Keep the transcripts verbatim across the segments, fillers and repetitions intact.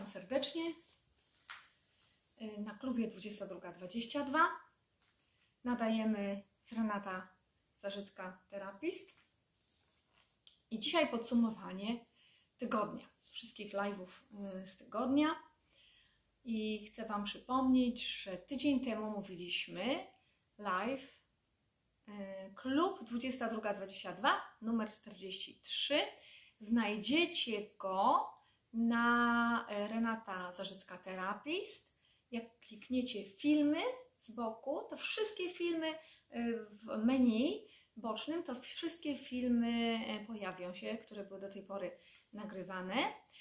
Witam serdecznie na klubie dwudziesta druga dwadzieścia dwa. Nadajemy z Renata Zarzycka, terapist. I dzisiaj podsumowanie tygodnia, wszystkich live'ów z tygodnia. I chcę Wam przypomnieć, że tydzień temu mówiliśmy live klub dwudziesta druga dwadzieścia dwa, numer czterdzieści trzy. Znajdziecie go na Renata Zarzycka, terapist. Jak klikniecie filmy z boku, to wszystkie filmy w menu bocznym, to wszystkie filmy pojawią się, które były do tej pory nagrywane.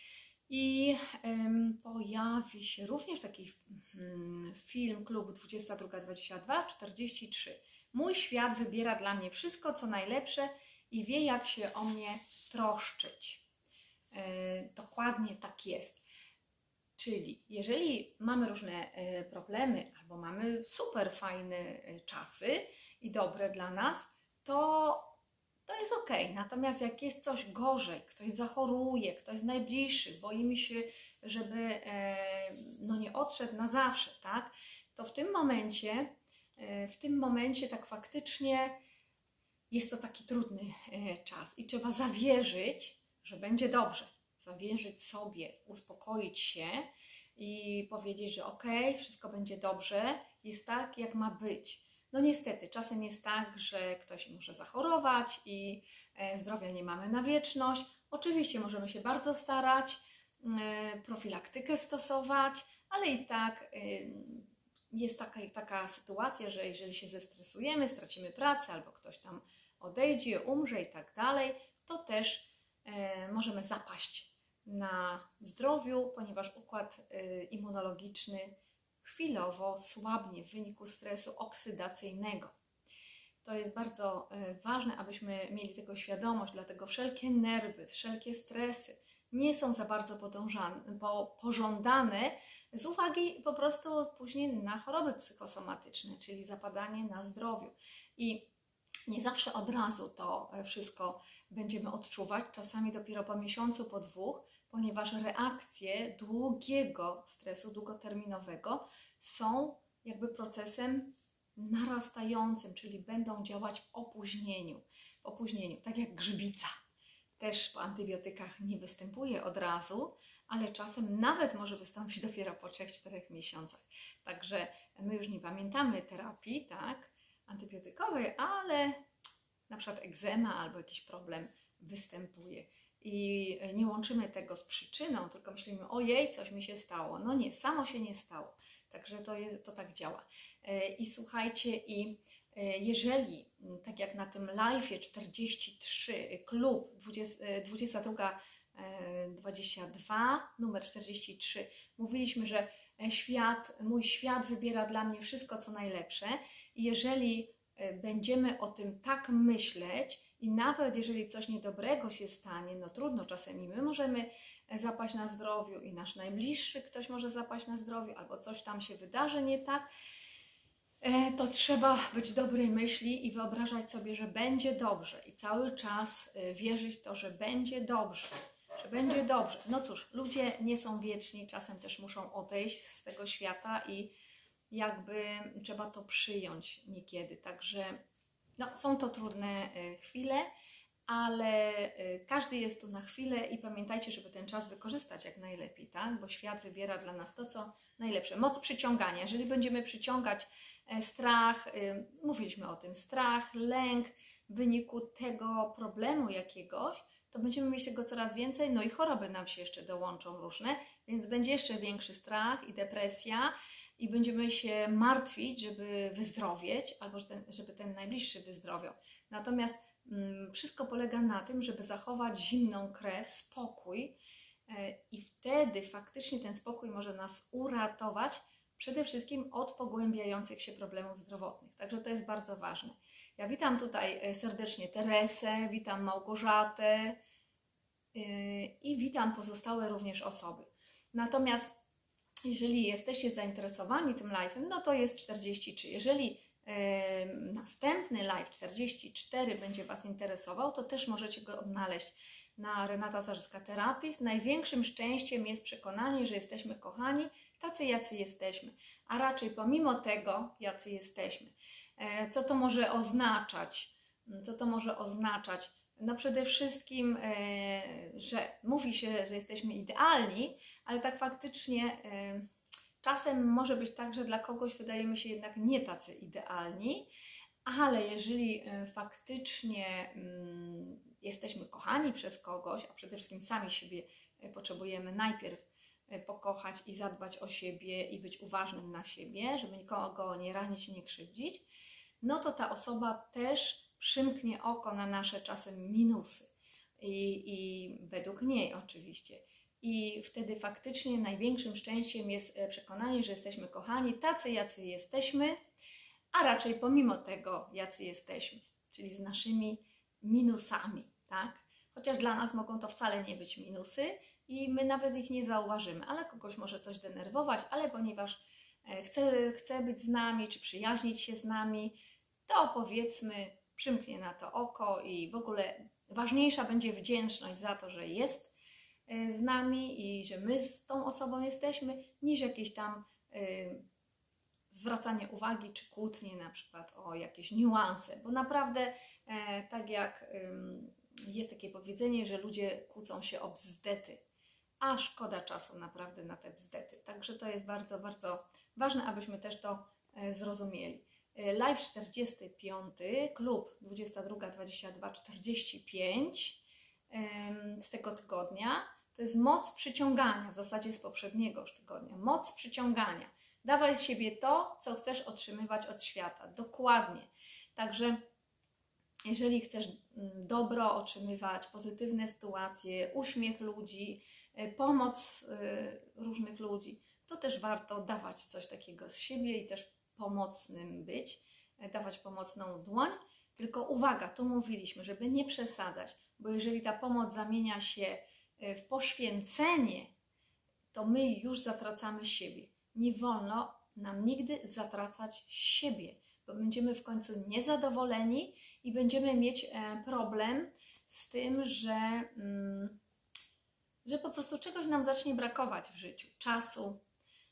I um, pojawi się również taki um, film klub dwudziesta druga dwadzieścia dwa, czterdzieści trzy. Mój świat wybiera dla mnie wszystko, co najlepsze i wie, jak się o mnie troszczyć. E, dokładnie tak jest. Czyli jeżeli mamy różne e, problemy albo mamy super fajne e, czasy i dobre dla nas, to to jest ok. Natomiast jak jest coś gorzej, ktoś zachoruje, ktoś z najbliższych, boimy się, żeby e, no nie odszedł na zawsze, tak? To w tym momencie, e, w tym momencie tak faktycznie jest to taki trudny e, czas i trzeba zawierzyć, że będzie dobrze. Zawierzyć sobie, uspokoić się i powiedzieć, że ok, wszystko będzie dobrze, jest tak, jak ma być. No niestety, czasem jest tak, że ktoś może zachorować i e, zdrowia nie mamy na wieczność. Oczywiście możemy się bardzo starać, e, profilaktykę stosować, ale i tak e, jest taka, taka sytuacja, że jeżeli się zestresujemy, stracimy pracę albo ktoś tam odejdzie, umrze i tak dalej, to też e, możemy zapaść na zdrowiu, ponieważ układ e, immunologiczny chwilowo słabnie w wyniku stresu oksydacyjnego. To jest bardzo ważne, abyśmy mieli tego świadomość, dlatego wszelkie nerwy, wszelkie stresy nie są za bardzo po, pożądane z uwagi po prostu później na choroby psychosomatyczne, czyli zapadanie na zdrowiu. I nie zawsze od razu to wszystko będziemy odczuwać, czasami dopiero po miesiącu, po dwóch, ponieważ reakcje długiego stresu, długoterminowego są jakby procesem narastającym, czyli będą działać w opóźnieniu. W opóźnieniu, tak jak grzybica. Też po antybiotykach nie występuje od razu, ale czasem nawet może wystąpić dopiero po trzech czterech miesiącach. Także my już nie pamiętamy terapii, tak, antybiotykowej, ale na przykład egzema albo jakiś problem występuje. I nie łączymy tego z przyczyną, tylko myślimy, ojej, coś mi się stało. No nie, samo się nie stało. Także to, jest, to tak działa. I słuchajcie, i jeżeli, tak jak na tym live'ie czterdzieści trzy, klub dwudziesta druga dwadzieścia dwa, numer czterdzieści trzy, mówiliśmy, że świat, mój świat wybiera dla mnie wszystko, co najlepsze. I jeżeli będziemy o tym tak myśleć i nawet jeżeli coś niedobrego się stanie, no trudno, czasem i my możemy zapaść na zdrowiu i nasz najbliższy ktoś może zapaść na zdrowiu albo coś tam się wydarzy nie tak, to trzeba być dobrej myśli i wyobrażać sobie, że będzie dobrze i cały czas wierzyć w to, że będzie dobrze, że będzie dobrze. No cóż, ludzie nie są wieczni, czasem też muszą odejść z tego świata i jakby trzeba to przyjąć niekiedy. Także no, są to trudne chwile, ale każdy jest tu na chwilę i pamiętajcie, żeby ten czas wykorzystać jak najlepiej, tak? Bo świat wybiera dla nas to, co najlepsze. Moc przyciągania. Jeżeli będziemy przyciągać strach, mówiliśmy o tym, strach, lęk w wyniku tego problemu jakiegoś, to będziemy mieć tego coraz więcej, no i choroby nam się jeszcze dołączą różne, więc będzie jeszcze większy strach i depresja i będziemy się martwić, żeby wyzdrowieć, albo żeby ten najbliższy wyzdrowiał. Natomiast mm, wszystko polega na tym, żeby zachować zimną krew, spokój yy, i wtedy faktycznie ten spokój może nas uratować przede wszystkim od pogłębiających się problemów zdrowotnych. Także to jest bardzo ważne. Ja witam tutaj serdecznie Teresę, witam Małgorzatę yy, i witam pozostałe również osoby. Natomiast jeżeli jesteście zainteresowani tym live'em, no to jest czterdzieści trzy. Jeżeli następny live czterdzieści cztery będzie Was interesował, to też możecie go odnaleźć na Renata Zarzycka Therapist. Największym szczęściem jest przekonanie, że jesteśmy kochani tacy, jacy jesteśmy, a raczej pomimo tego, jacy jesteśmy. Co to może oznaczać? Co to może oznaczać? No przede wszystkim, że mówi się, że jesteśmy idealni, ale tak faktycznie czasem może być tak, że dla kogoś wydajemy się jednak nie tacy idealni, ale jeżeli faktycznie jesteśmy kochani przez kogoś, a przede wszystkim sami siebie potrzebujemy najpierw pokochać i zadbać o siebie i być uważnym na siebie, żeby nikogo nie ranić, nie krzywdzić, no to ta osoba też przymknie oko na nasze czasem minusy i, i według niej oczywiście. I wtedy faktycznie największym szczęściem jest przekonanie, że jesteśmy kochani tacy, jacy jesteśmy, a raczej pomimo tego, jacy jesteśmy, czyli z naszymi minusami, tak? Chociaż dla nas mogą to wcale nie być minusy i my nawet ich nie zauważymy, ale kogoś może coś denerwować, ale ponieważ chce, chce być z nami, czy przyjaźnić się z nami, to powiedzmy, przymknie na to oko i w ogóle ważniejsza będzie wdzięczność za to, że jest z nami i że my z tą osobą jesteśmy, niż jakieś tam y, zwracanie uwagi czy kłótnie na przykład o jakieś niuanse, bo naprawdę e, tak jak y, jest takie powiedzenie, że ludzie kłócą się o bzdety, a szkoda czasu naprawdę na te bzdety. Także to jest bardzo, bardzo ważne, abyśmy też to e, zrozumieli. Live czterdziesty piąty, klub dwudziesta druga, dwudziesta druga, czterdzieści pięć e, z tego tygodnia. To jest moc przyciągania, w zasadzie z poprzedniego już tygodnia. Moc przyciągania. Dawaj z siebie to, co chcesz otrzymywać od świata. Dokładnie. Także jeżeli chcesz dobro otrzymywać, pozytywne sytuacje, uśmiech ludzi, pomoc różnych ludzi, to też warto dawać coś takiego z siebie i też pomocnym być, dawać pomocną dłoń. Tylko uwaga, tu mówiliśmy, żeby nie przesadzać, bo jeżeli ta pomoc zamienia się w poświęcenie, to my już zatracamy siebie. Nie wolno nam nigdy zatracać siebie, bo będziemy w końcu niezadowoleni i będziemy mieć problem z tym, że, że po prostu czegoś nam zacznie brakować w życiu. Czasu,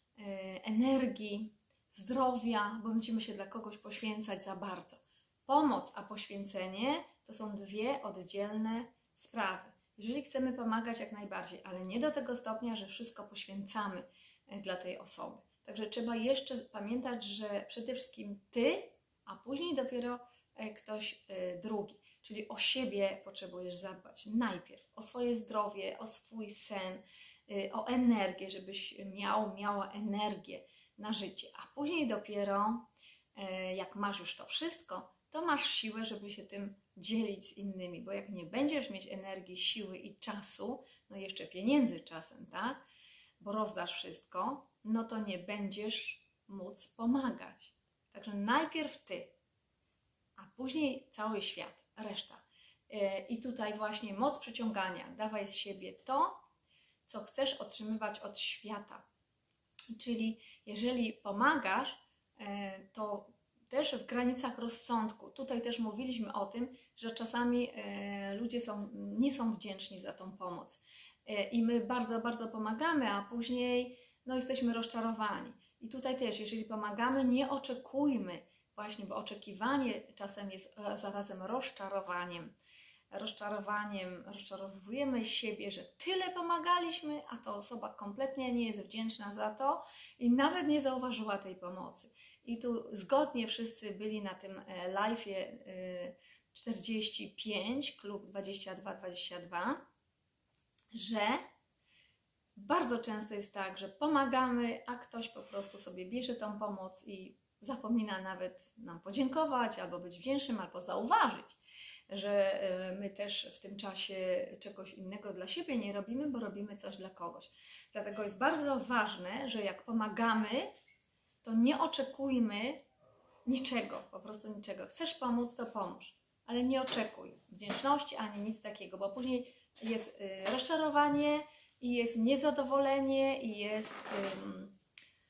energii, zdrowia, bo będziemy się dla kogoś poświęcać za bardzo. Pomoc a poświęcenie to są dwie oddzielne sprawy. Jeżeli chcemy pomagać, jak najbardziej, ale nie do tego stopnia, że wszystko poświęcamy dla tej osoby. Także trzeba jeszcze pamiętać, że przede wszystkim Ty, a później dopiero ktoś drugi. Czyli o siebie potrzebujesz zadbać najpierw, o swoje zdrowie, o swój sen, o energię, żebyś miał, miała energię na życie. A później dopiero, jak masz już to wszystko, to masz siłę, żeby się tym dzielić z innymi, bo jak nie będziesz mieć energii, siły i czasu, no jeszcze pieniędzy czasem, tak, bo rozdasz wszystko, no to nie będziesz móc pomagać. Także najpierw Ty, a później cały świat, reszta. I tutaj właśnie moc przyciągania. Dawaj z siebie to, co chcesz otrzymywać od świata. Czyli jeżeli pomagasz, to też w granicach rozsądku. Tutaj też mówiliśmy o tym, że czasami ludzie są, nie są wdzięczni za tą pomoc. I my bardzo, bardzo pomagamy, a później no, jesteśmy rozczarowani. I tutaj też, jeżeli pomagamy, nie oczekujmy właśnie, bo oczekiwanie czasem jest zarazem rozczarowaniem. Rozczarowaniem, rozczarowujemy siebie, że tyle pomagaliśmy, a ta osoba kompletnie nie jest wdzięczna za to i nawet nie zauważyła tej pomocy. I tu zgodnie wszyscy byli na tym live'ie czterdzieści pięć, klub dwadzieścia dwa dwadzieścia dwa, że bardzo często jest tak, że pomagamy, a ktoś po prostu sobie bierze tą pomoc i zapomina nawet nam podziękować, albo być wdzięcznym, albo zauważyć, że my też w tym czasie czegoś innego dla siebie nie robimy, bo robimy coś dla kogoś. Dlatego jest bardzo ważne, że jak pomagamy, to nie oczekujmy niczego, po prostu niczego. Chcesz pomóc, to pomóż, ale nie oczekuj wdzięczności ani nic takiego, bo później jest rozczarowanie i jest niezadowolenie i jest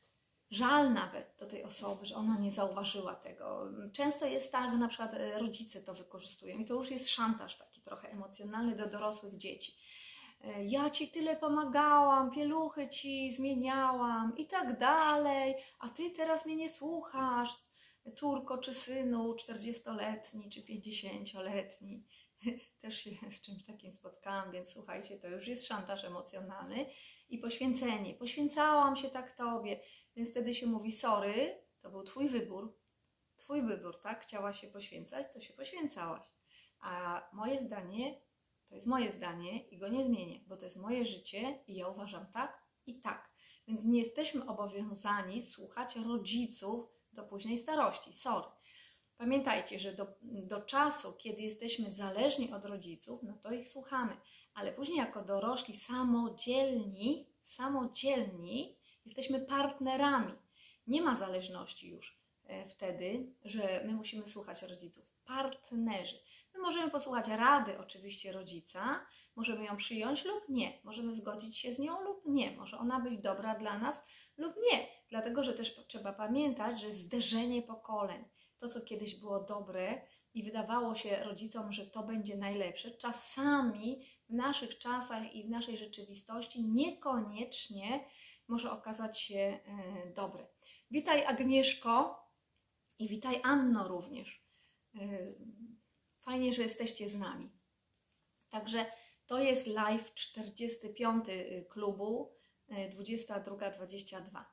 żal nawet do tej osoby, że ona nie zauważyła tego. Często jest tak, że na przykład rodzice to wykorzystują i to już jest szantaż taki trochę emocjonalny do dorosłych dzieci. Ja Ci tyle pomagałam, pieluchy Ci zmieniałam i tak dalej, a Ty teraz mnie nie słuchasz, córko czy synu, czterdziestoletni czy pięćdziesięcioletni. Też się z czymś takim spotkałam, więc słuchajcie, to już jest szantaż emocjonalny i poświęcenie. Poświęcałam się tak Tobie, więc wtedy się mówi sorry, to był Twój wybór, Twój wybór, tak? Chciałaś się poświęcać, to się poświęcałaś. A moje zdanie to jest moje zdanie i go nie zmienię, bo to jest moje życie i ja uważam tak i tak. Więc nie jesteśmy obowiązani słuchać rodziców do późnej starości. Sorry. Pamiętajcie, że do, do czasu, kiedy jesteśmy zależni od rodziców, no to ich słuchamy. Ale później jako dorośli samodzielni, samodzielni jesteśmy partnerami. Nie ma zależności już e, wtedy, że my musimy słuchać rodziców. Partnerzy. My możemy posłuchać rady oczywiście rodzica, możemy ją przyjąć lub nie, możemy zgodzić się z nią lub nie, może ona być dobra dla nas lub nie, dlatego że też trzeba pamiętać, że zderzenie pokoleń, to co kiedyś było dobre i wydawało się rodzicom, że to będzie najlepsze, czasami w naszych czasach i w naszej rzeczywistości niekoniecznie może okazać się e, dobre. Witaj Agnieszko i witaj Anno również. E, Fajnie, że jesteście z nami. Także to jest live czterdziesty piąty klubu, dwudziesta druga dwadzieścia dwa.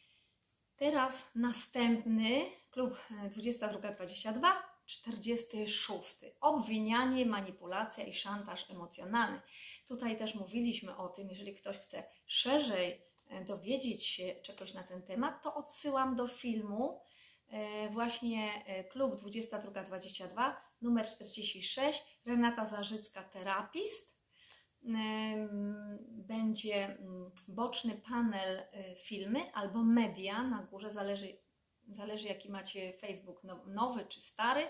Teraz następny klub dwudziesta druga dwadzieścia dwa, czterdziesty szósty. Obwinianie, manipulacja i szantaż emocjonalny. Tutaj też mówiliśmy o tym, jeżeli ktoś chce szerzej dowiedzieć się czegoś na ten temat, to odsyłam do filmu właśnie klub dwudziesta druga dwadzieścia dwa, numer czterdzieści sześć, Renata Zarzycka, terapist. Będzie boczny panel filmy albo media, na górze zależy, zależy jaki macie Facebook, nowy czy stary,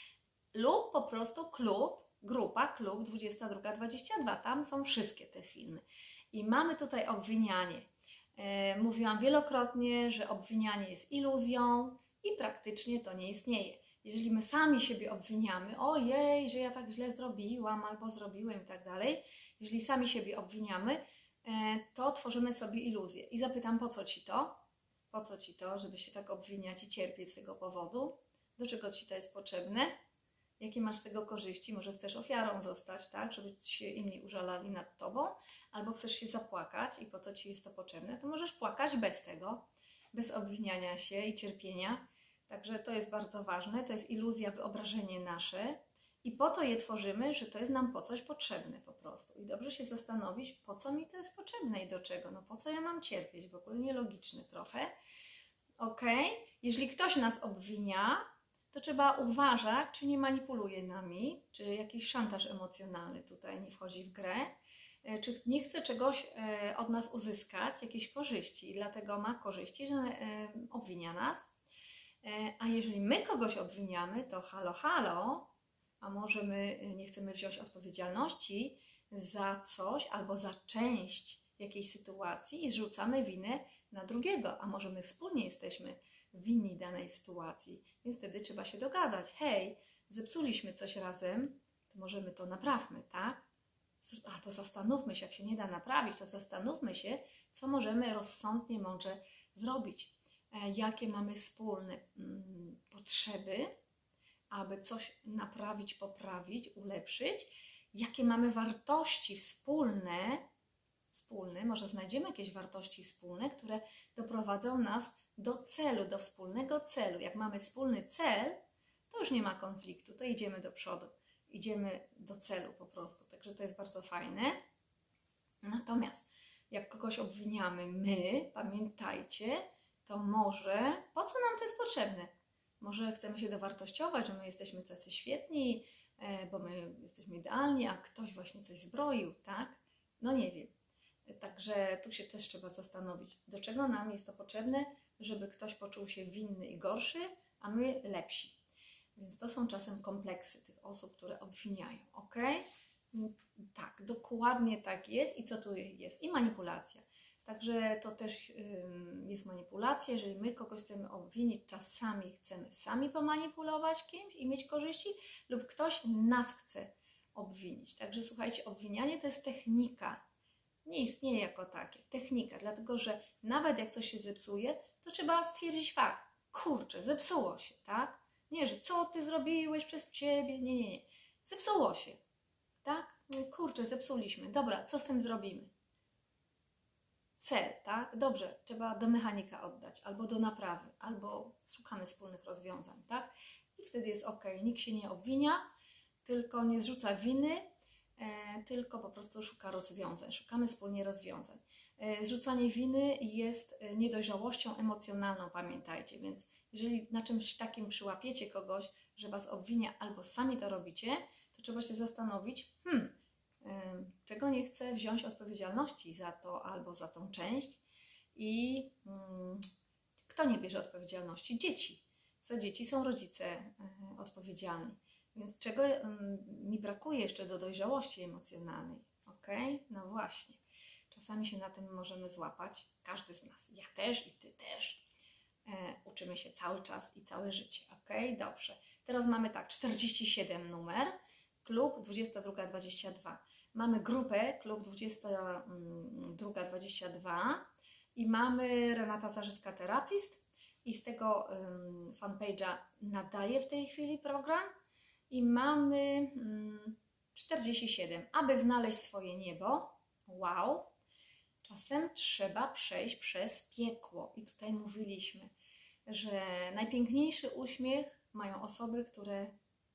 lub po prostu klub, grupa klub dwudziesta druga dwadzieścia dwa, tam są wszystkie te filmy. I mamy tutaj obwinianie. Mówiłam wielokrotnie, że obwinianie jest iluzją i praktycznie to nie istnieje. Jeżeli my sami siebie obwiniamy, ojej, że ja tak źle zrobiłam albo zrobiłem i tak dalej, jeżeli sami siebie obwiniamy, to tworzymy sobie iluzję. I zapytam, po co Ci to? Po co Ci to, żeby się tak obwiniać i cierpieć z tego powodu? Do czego Ci to jest potrzebne? Jakie masz z tego korzyści? Może chcesz ofiarą zostać, tak? Żeby się inni użalali nad Tobą? Albo chcesz się zapłakać i po to Ci jest to potrzebne? To możesz płakać bez tego, bez obwiniania się i cierpienia. Także to jest bardzo ważne, to jest iluzja, wyobrażenie nasze i po to je tworzymy, że to jest nam po coś potrzebne po prostu. I dobrze się zastanowić, po co mi to jest potrzebne i do czego, no po co ja mam cierpieć, w ogóle nielogiczne trochę. Ok, jeżeli ktoś nas obwinia, to trzeba uważać, czy nie manipuluje nami, czy jakiś szantaż emocjonalny tutaj nie wchodzi w grę, czy nie chce czegoś od nas uzyskać, jakiejś korzyści i dlatego ma korzyści, że obwinia nas. A jeżeli my kogoś obwiniamy, to halo, halo, a może my nie chcemy wziąć odpowiedzialności za coś albo za część jakiejś sytuacji i zrzucamy winę na drugiego, a może my wspólnie jesteśmy winni danej sytuacji, więc wtedy trzeba się dogadać. Hej, zepsuliśmy coś razem, to może my to naprawmy, tak? Albo zastanówmy się, jak się nie da naprawić, to zastanówmy się, co możemy rozsądnie może zrobić. Jakie mamy wspólne mm, potrzeby, aby coś naprawić, poprawić, ulepszyć, jakie mamy wartości wspólne, wspólne, może znajdziemy jakieś wartości wspólne, które doprowadzą nas do celu, do wspólnego celu. Jak mamy wspólny cel, to już nie ma konfliktu, to idziemy do przodu, idziemy do celu po prostu, także to jest bardzo fajne. Natomiast jak kogoś obwiniamy my, pamiętajcie, to może, po co nam to jest potrzebne? Może chcemy się dowartościować, że my jesteśmy tacy świetni, bo my jesteśmy idealni, a ktoś właśnie coś zbroił, tak? No nie wiem. Także tu się też trzeba zastanowić, do czego nam jest to potrzebne, żeby ktoś poczuł się winny i gorszy, a my lepsi. Więc to są czasem kompleksy tych osób, które obwiniają, ok? Tak, dokładnie tak jest. I co tu jest? I manipulacja. Także to też ym, jest manipulacja. Jeżeli my kogoś chcemy obwinić, czasami chcemy sami pomanipulować kimś i mieć korzyści, lub ktoś nas chce obwinić. Także słuchajcie, obwinianie to jest technika. Nie istnieje jako takie. Technika, dlatego że nawet jak coś się zepsuje, to trzeba stwierdzić fakt. Kurczę, zepsuło się, tak? Nie, że co ty zrobiłeś przez ciebie? Nie, nie, nie. Zepsuło się, tak? Kurczę, zepsuliśmy. Dobra, co z tym zrobimy? Cel, tak? Dobrze, trzeba do mechanika oddać, albo do naprawy, albo szukamy wspólnych rozwiązań, tak? I wtedy jest ok, nikt się nie obwinia, tylko nie zrzuca winy, e, tylko po prostu szuka rozwiązań, szukamy wspólnie rozwiązań. E, zrzucanie winy jest niedojrzałością emocjonalną, pamiętajcie, więc jeżeli na czymś takim przyłapiecie kogoś, że was obwinia, albo sami to robicie, to trzeba się zastanowić, hmm, czego nie chcę wziąć odpowiedzialności za to albo za tą część i hmm, kto nie bierze odpowiedzialności? Dzieci. Za dzieci są rodzice y, odpowiedzialni. Więc czego y, mi brakuje jeszcze do dojrzałości emocjonalnej? Ok? No właśnie. Czasami się na tym możemy złapać. Każdy z nas. Ja też i ty też. E, uczymy się cały czas i całe życie. Ok? Dobrze. Teraz mamy tak, czterdzieści siedem numer. Klub dwudziesta druga dwadzieścia dwa. Mamy grupę Klub dwudziesta druga dwadzieścia dwa i mamy Renata Zarzycka Terapist i z tego um, fanpage'a nadaje w tej chwili program i mamy um, czterdzieści siedem. Aby znaleźć swoje niebo, wow, czasem trzeba przejść przez piekło. I tutaj mówiliśmy, że najpiękniejszy uśmiech mają osoby, które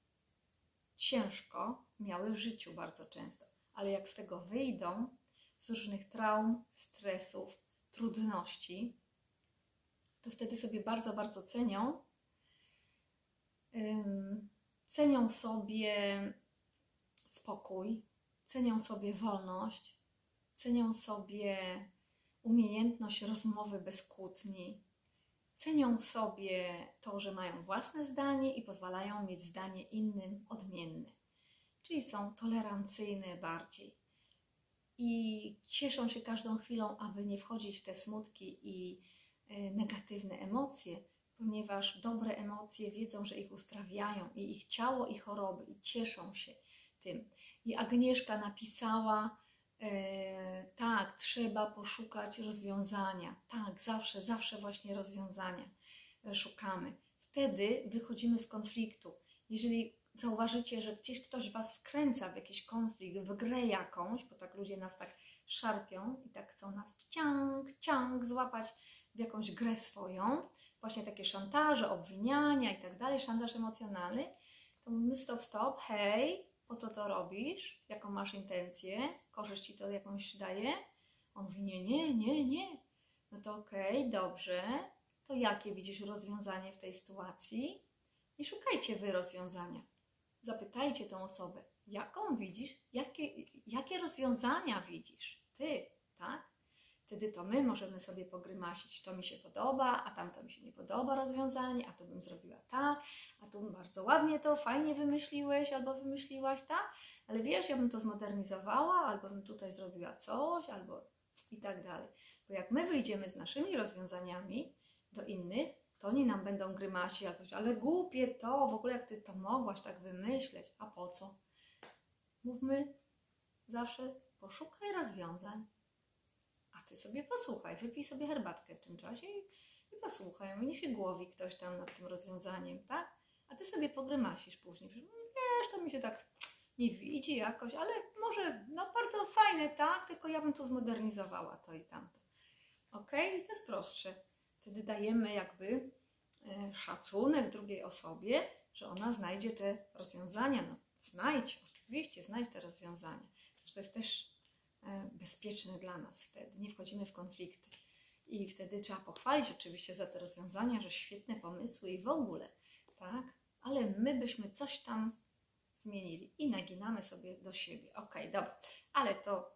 ciężko miały w życiu bardzo często. Ale jak z tego wyjdą, z różnych traum, stresów, trudności, to wtedy sobie bardzo, bardzo cenią, um, cenią sobie spokój, cenią sobie wolność, cenią sobie umiejętność rozmowy bez kłótni, cenią sobie to, że mają własne zdanie i pozwalają mieć zdanie innym odmienne. Czyli są tolerancyjne bardziej i cieszą się każdą chwilą, aby nie wchodzić w te smutki i y, negatywne emocje, ponieważ dobre emocje wiedzą, że ich uzdrawiają i ich ciało i choroby i cieszą się tym. I Agnieszka napisała, y, tak, trzeba poszukać rozwiązania. Tak, zawsze, zawsze właśnie rozwiązania y, szukamy. Wtedy wychodzimy z konfliktu. Jeżeli zauważycie, że gdzieś ktoś was wkręca w jakiś konflikt, w grę jakąś, bo tak ludzie nas tak szarpią i tak chcą nas ciąg, ciąg złapać w jakąś grę swoją, właśnie takie szantaże, obwiniania i tak dalej, szantaż emocjonalny, to mówimy stop, stop, hej, po co to robisz? Jaką masz intencję? Korzyść ci to jakąś daje? On mówi, nie, nie, nie, nie. No to okej, okay, dobrze. To jakie widzisz rozwiązanie w tej sytuacji? I szukajcie wy rozwiązania. Zapytajcie tę osobę, jaką widzisz, jakie, jakie rozwiązania widzisz ty, tak? Wtedy to my możemy sobie pogrymasić, to mi się podoba, a tamto mi się nie podoba rozwiązanie, a tu bym zrobiła tak, a tu bardzo ładnie to, fajnie wymyśliłeś albo wymyśliłaś, tak? Ale wiesz, ja bym to zmodernizowała, albo bym tutaj zrobiła coś, albo i tak dalej. Bo jak my wyjdziemy z naszymi rozwiązaniami do innych, to oni nam będą grymasić, albo ale głupie to, w ogóle jak ty to mogłaś tak wymyśleć, a po co? Mówmy zawsze, poszukaj rozwiązań, a ty sobie posłuchaj, wypij sobie herbatkę w tym czasie i, i posłuchaj, mnie się głowi ktoś tam nad tym rozwiązaniem, tak? A ty sobie pogrymasisz później, wiesz, to mi się tak nie widzi jakoś, ale może, no bardzo fajne, tak? Tylko ja bym tu zmodernizowała to i tamto. Okej? Okay? To jest prostsze. Wtedy dajemy jakby e, szacunek drugiej osobie, że ona znajdzie te rozwiązania. No znajdź, oczywiście, znajdź te rozwiązania. To jest też e, bezpieczne dla nas wtedy. Nie wchodzimy w konflikty. I wtedy trzeba pochwalić oczywiście za te rozwiązania, że świetne pomysły i w ogóle, tak? Ale my byśmy coś tam zmienili i naginamy sobie do siebie. Okej, dobra. Ale to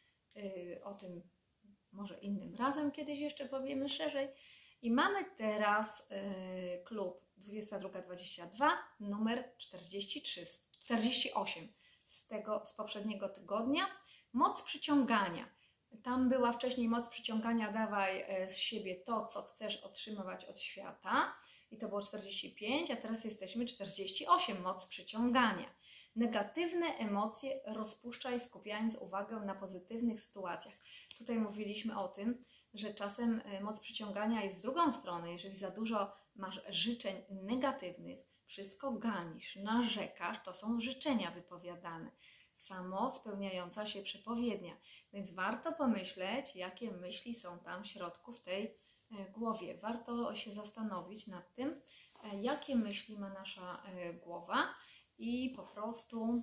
yy, o tym może innym razem kiedyś jeszcze powiemy szerzej. I mamy teraz y, klub dwudziesta druga dwadzieścia dwa, numer czterdzieści trzy, czterdzieści osiem z tego, z poprzedniego tygodnia. Moc przyciągania. Tam była wcześniej moc przyciągania, dawaj z siebie to, co chcesz otrzymywać od świata. I to było czterdzieści pięć, a teraz jesteśmy czterdzieści osiem, moc przyciągania. Negatywne emocje rozpuszczaj, skupiając uwagę na pozytywnych sytuacjach. Tutaj mówiliśmy o tym, że czasem moc przyciągania jest w drugą stronę. Jeżeli za dużo masz życzeń negatywnych, wszystko ganisz, narzekasz, to są życzenia wypowiadane. Samo spełniająca się przepowiednia. Więc warto pomyśleć, jakie myśli są tam w środku w tej głowie. Warto się zastanowić nad tym, jakie myśli ma nasza głowa i po prostu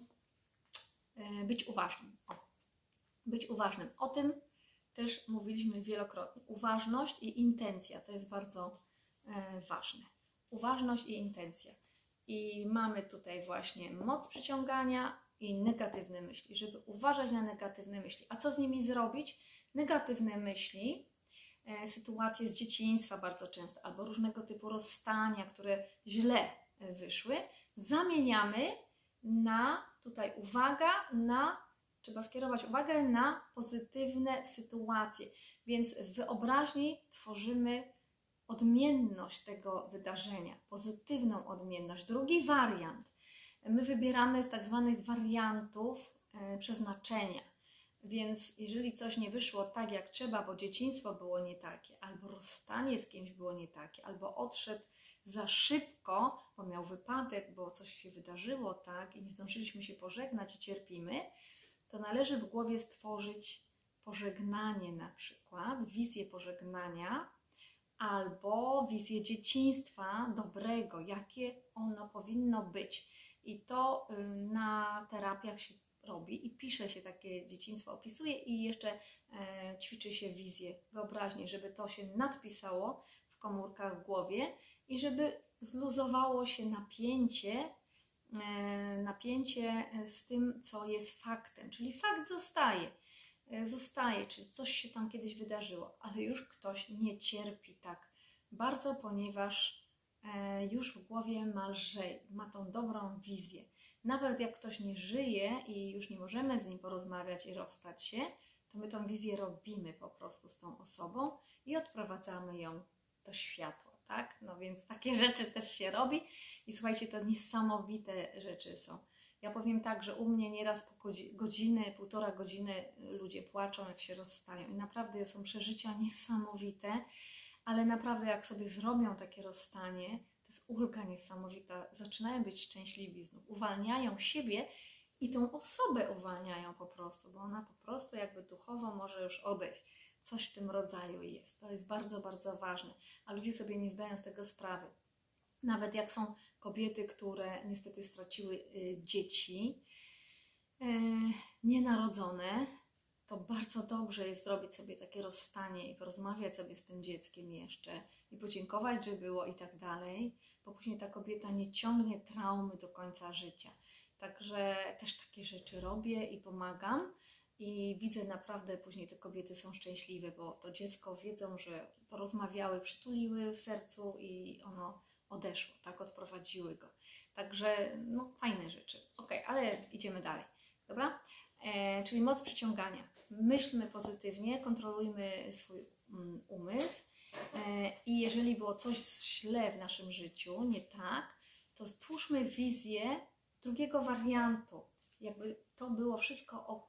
być uważnym. O, być uważnym. O tym też mówiliśmy wielokrotnie. Uważność i intencja to jest bardzo ważne. Uważność i intencja. I mamy tutaj właśnie moc przyciągania i negatywne myśli, żeby uważać na negatywne myśli. A co z nimi zrobić? Negatywne myśli, e, sytuacje z dzieciństwa bardzo często, albo różnego typu rozstania, które źle wyszły, zamieniamy na, tutaj uwaga, na, trzeba skierować uwagę na pozytywne sytuacje. Więc w wyobraźni tworzymy odmienność tego wydarzenia, pozytywną odmienność. Drugi wariant. My wybieramy z tak zwanych wariantów e, przeznaczenia. Więc jeżeli coś nie wyszło tak jak trzeba, bo dzieciństwo było nie takie, albo rozstanie z kimś było nie takie, albo odszedł za szybko, bo miał wypadek, bo coś się wydarzyło, tak, i nie zdążyliśmy się pożegnać i cierpimy, to należy w głowie stworzyć pożegnanie na przykład, wizję pożegnania, albo wizję dzieciństwa dobrego, jakie ono powinno być. I to na terapiach się robi i pisze się takie dzieciństwo, opisuje i jeszcze e, ćwiczy się wizję, wyobraźnię, żeby to się nadpisało w komórkach w głowie i żeby zluzowało się napięcie, e, napięcie z tym, co jest faktem. Czyli fakt zostaje. Zostaje, czyli coś się tam kiedyś wydarzyło, ale już ktoś nie cierpi tak bardzo, ponieważ e, już w głowie ma lżej, ma tą dobrą wizję. Nawet jak ktoś nie żyje i już nie możemy z nim porozmawiać i rozstać się, to my tą wizję robimy po prostu z tą osobą i odprowadzamy ją do światła, tak? No więc takie rzeczy też się robi i słuchajcie, to niesamowite rzeczy są. Ja powiem tak, że u mnie nieraz po godziny, półtora godziny ludzie płaczą, jak się rozstają. I naprawdę są przeżycia niesamowite, ale naprawdę jak sobie zrobią takie rozstanie, to jest ulga niesamowita. Zaczynają być szczęśliwi znów. Uwalniają siebie i tą osobę uwalniają po prostu, bo ona po prostu jakby duchowo może już odejść. Coś w tym rodzaju jest. To jest bardzo, bardzo ważne. A ludzie sobie nie zdają z tego sprawy. Nawet jak są kobiety, które niestety straciły y, dzieci y, nienarodzone, to bardzo dobrze jest zrobić sobie takie rozstanie i porozmawiać sobie z tym dzieckiem jeszcze i podziękować, że było i tak dalej, bo później ta kobieta nie ciągnie traumy do końca życia. Także też takie rzeczy robię i pomagam i widzę naprawdę, później te kobiety są szczęśliwe, bo to dziecko wiedzą, że porozmawiały, przytuliły w sercu i ono odeszło, tak, odprowadziły go. Także no fajne rzeczy. Ok, ale idziemy dalej, dobra? E, czyli moc przyciągania. Myślmy pozytywnie, kontrolujmy swój um, umysł e, i jeżeli było coś źle w naszym życiu, nie tak, to stwórzmy wizję drugiego wariantu. Jakby to było wszystko ok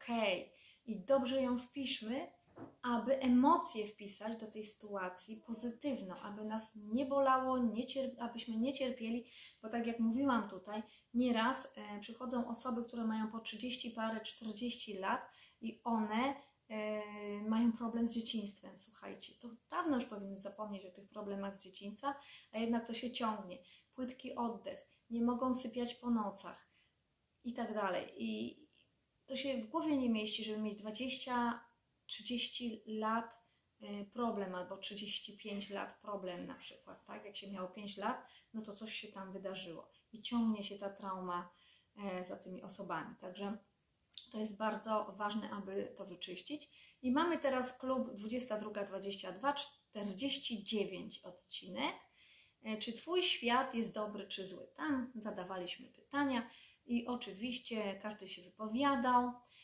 i dobrze ją wpiszmy, aby emocje wpisać do tej sytuacji pozytywną, aby nas nie bolało, nie cierp- abyśmy nie cierpieli, bo tak jak mówiłam tutaj, nieraz e, przychodzą osoby, które mają po trzydzieści parę, czterdzieści lat i one e, mają problem z dzieciństwem. Słuchajcie, to dawno już powinny zapomnieć o tych problemach z dzieciństwa, a jednak to się ciągnie. Płytki oddech, nie mogą sypiać po nocach i tak dalej. I to się w głowie nie mieści, żeby mieć dwadzieścia trzydzieści lat problem albo trzydzieści pięć lat problem na przykład, tak? Jak się miało pięć lat, no to coś się tam wydarzyło i ciągnie się ta trauma za tymi osobami. Także to jest bardzo ważne, aby to wyczyścić. I mamy teraz klub dwadzieścia dwa dwadzieścia dwa czterdzieści dziewięć odcinek. Czy Twój świat jest dobry czy zły? Tam zadawaliśmy pytania i oczywiście każdy się wypowiadał.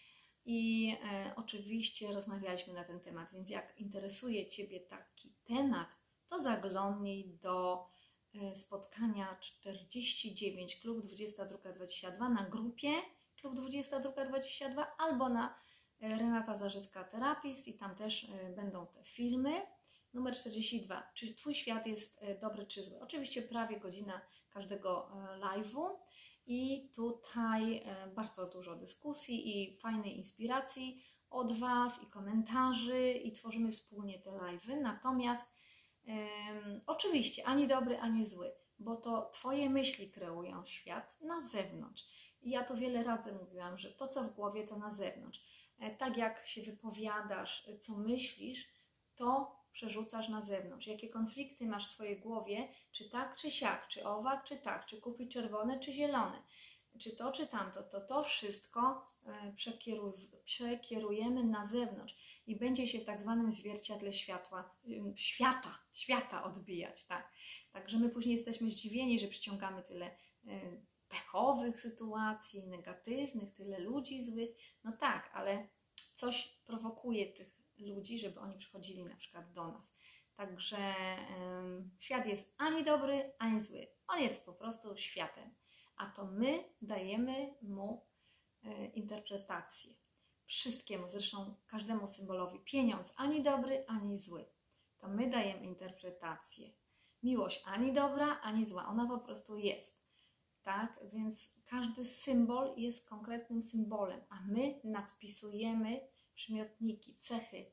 i e, oczywiście rozmawialiśmy na ten temat, więc jak interesuje Ciebie taki temat, to zaglądnij do e, spotkania czterdzieści dziewięć Klub dwudziesta druga dwadzieścia dwa na grupie Klub dwudziesta druga dwadzieścia dwa albo na e, Renata Zarzycka Terapist i tam też e, będą te filmy. Numer czterdzieści dwa. Czy Twój świat jest e, dobry czy zły? Oczywiście prawie godzina każdego e, live'u. I tutaj e, bardzo dużo dyskusji i fajnej inspiracji od Was i komentarzy i tworzymy wspólnie te live'y. Natomiast e, oczywiście ani dobry, ani zły, bo to Twoje myśli kreują świat na zewnątrz. I ja tu wiele razy mówiłam, że to co w głowie to na zewnątrz. E, tak jak się wypowiadasz, co myślisz, to przerzucasz na zewnątrz. Jakie konflikty masz w swojej głowie, czy tak, czy siak, czy owak, czy tak, czy kupić czerwone, czy zielone, czy to, czy tamto, to to wszystko przekieruj, przekierujemy na zewnątrz i będzie się w tak zwanym zwierciadle światła, świata, świata odbijać, tak. Także my później jesteśmy zdziwieni, że przyciągamy tyle pechowych sytuacji, negatywnych, tyle ludzi złych. No tak, ale coś prowokuje tych ludzi, żeby oni przychodzili na przykład do nas. Także um, świat jest ani dobry, ani zły. On jest po prostu światem. A to my dajemy mu e, interpretację. Wszystkiemu, zresztą każdemu symbolowi. Pieniądz ani dobry, ani zły. To my dajemy interpretację. Miłość ani dobra, ani zła. Ona po prostu jest. Tak? Więc każdy symbol jest konkretnym symbolem, a my nadpisujemy przymiotniki, cechy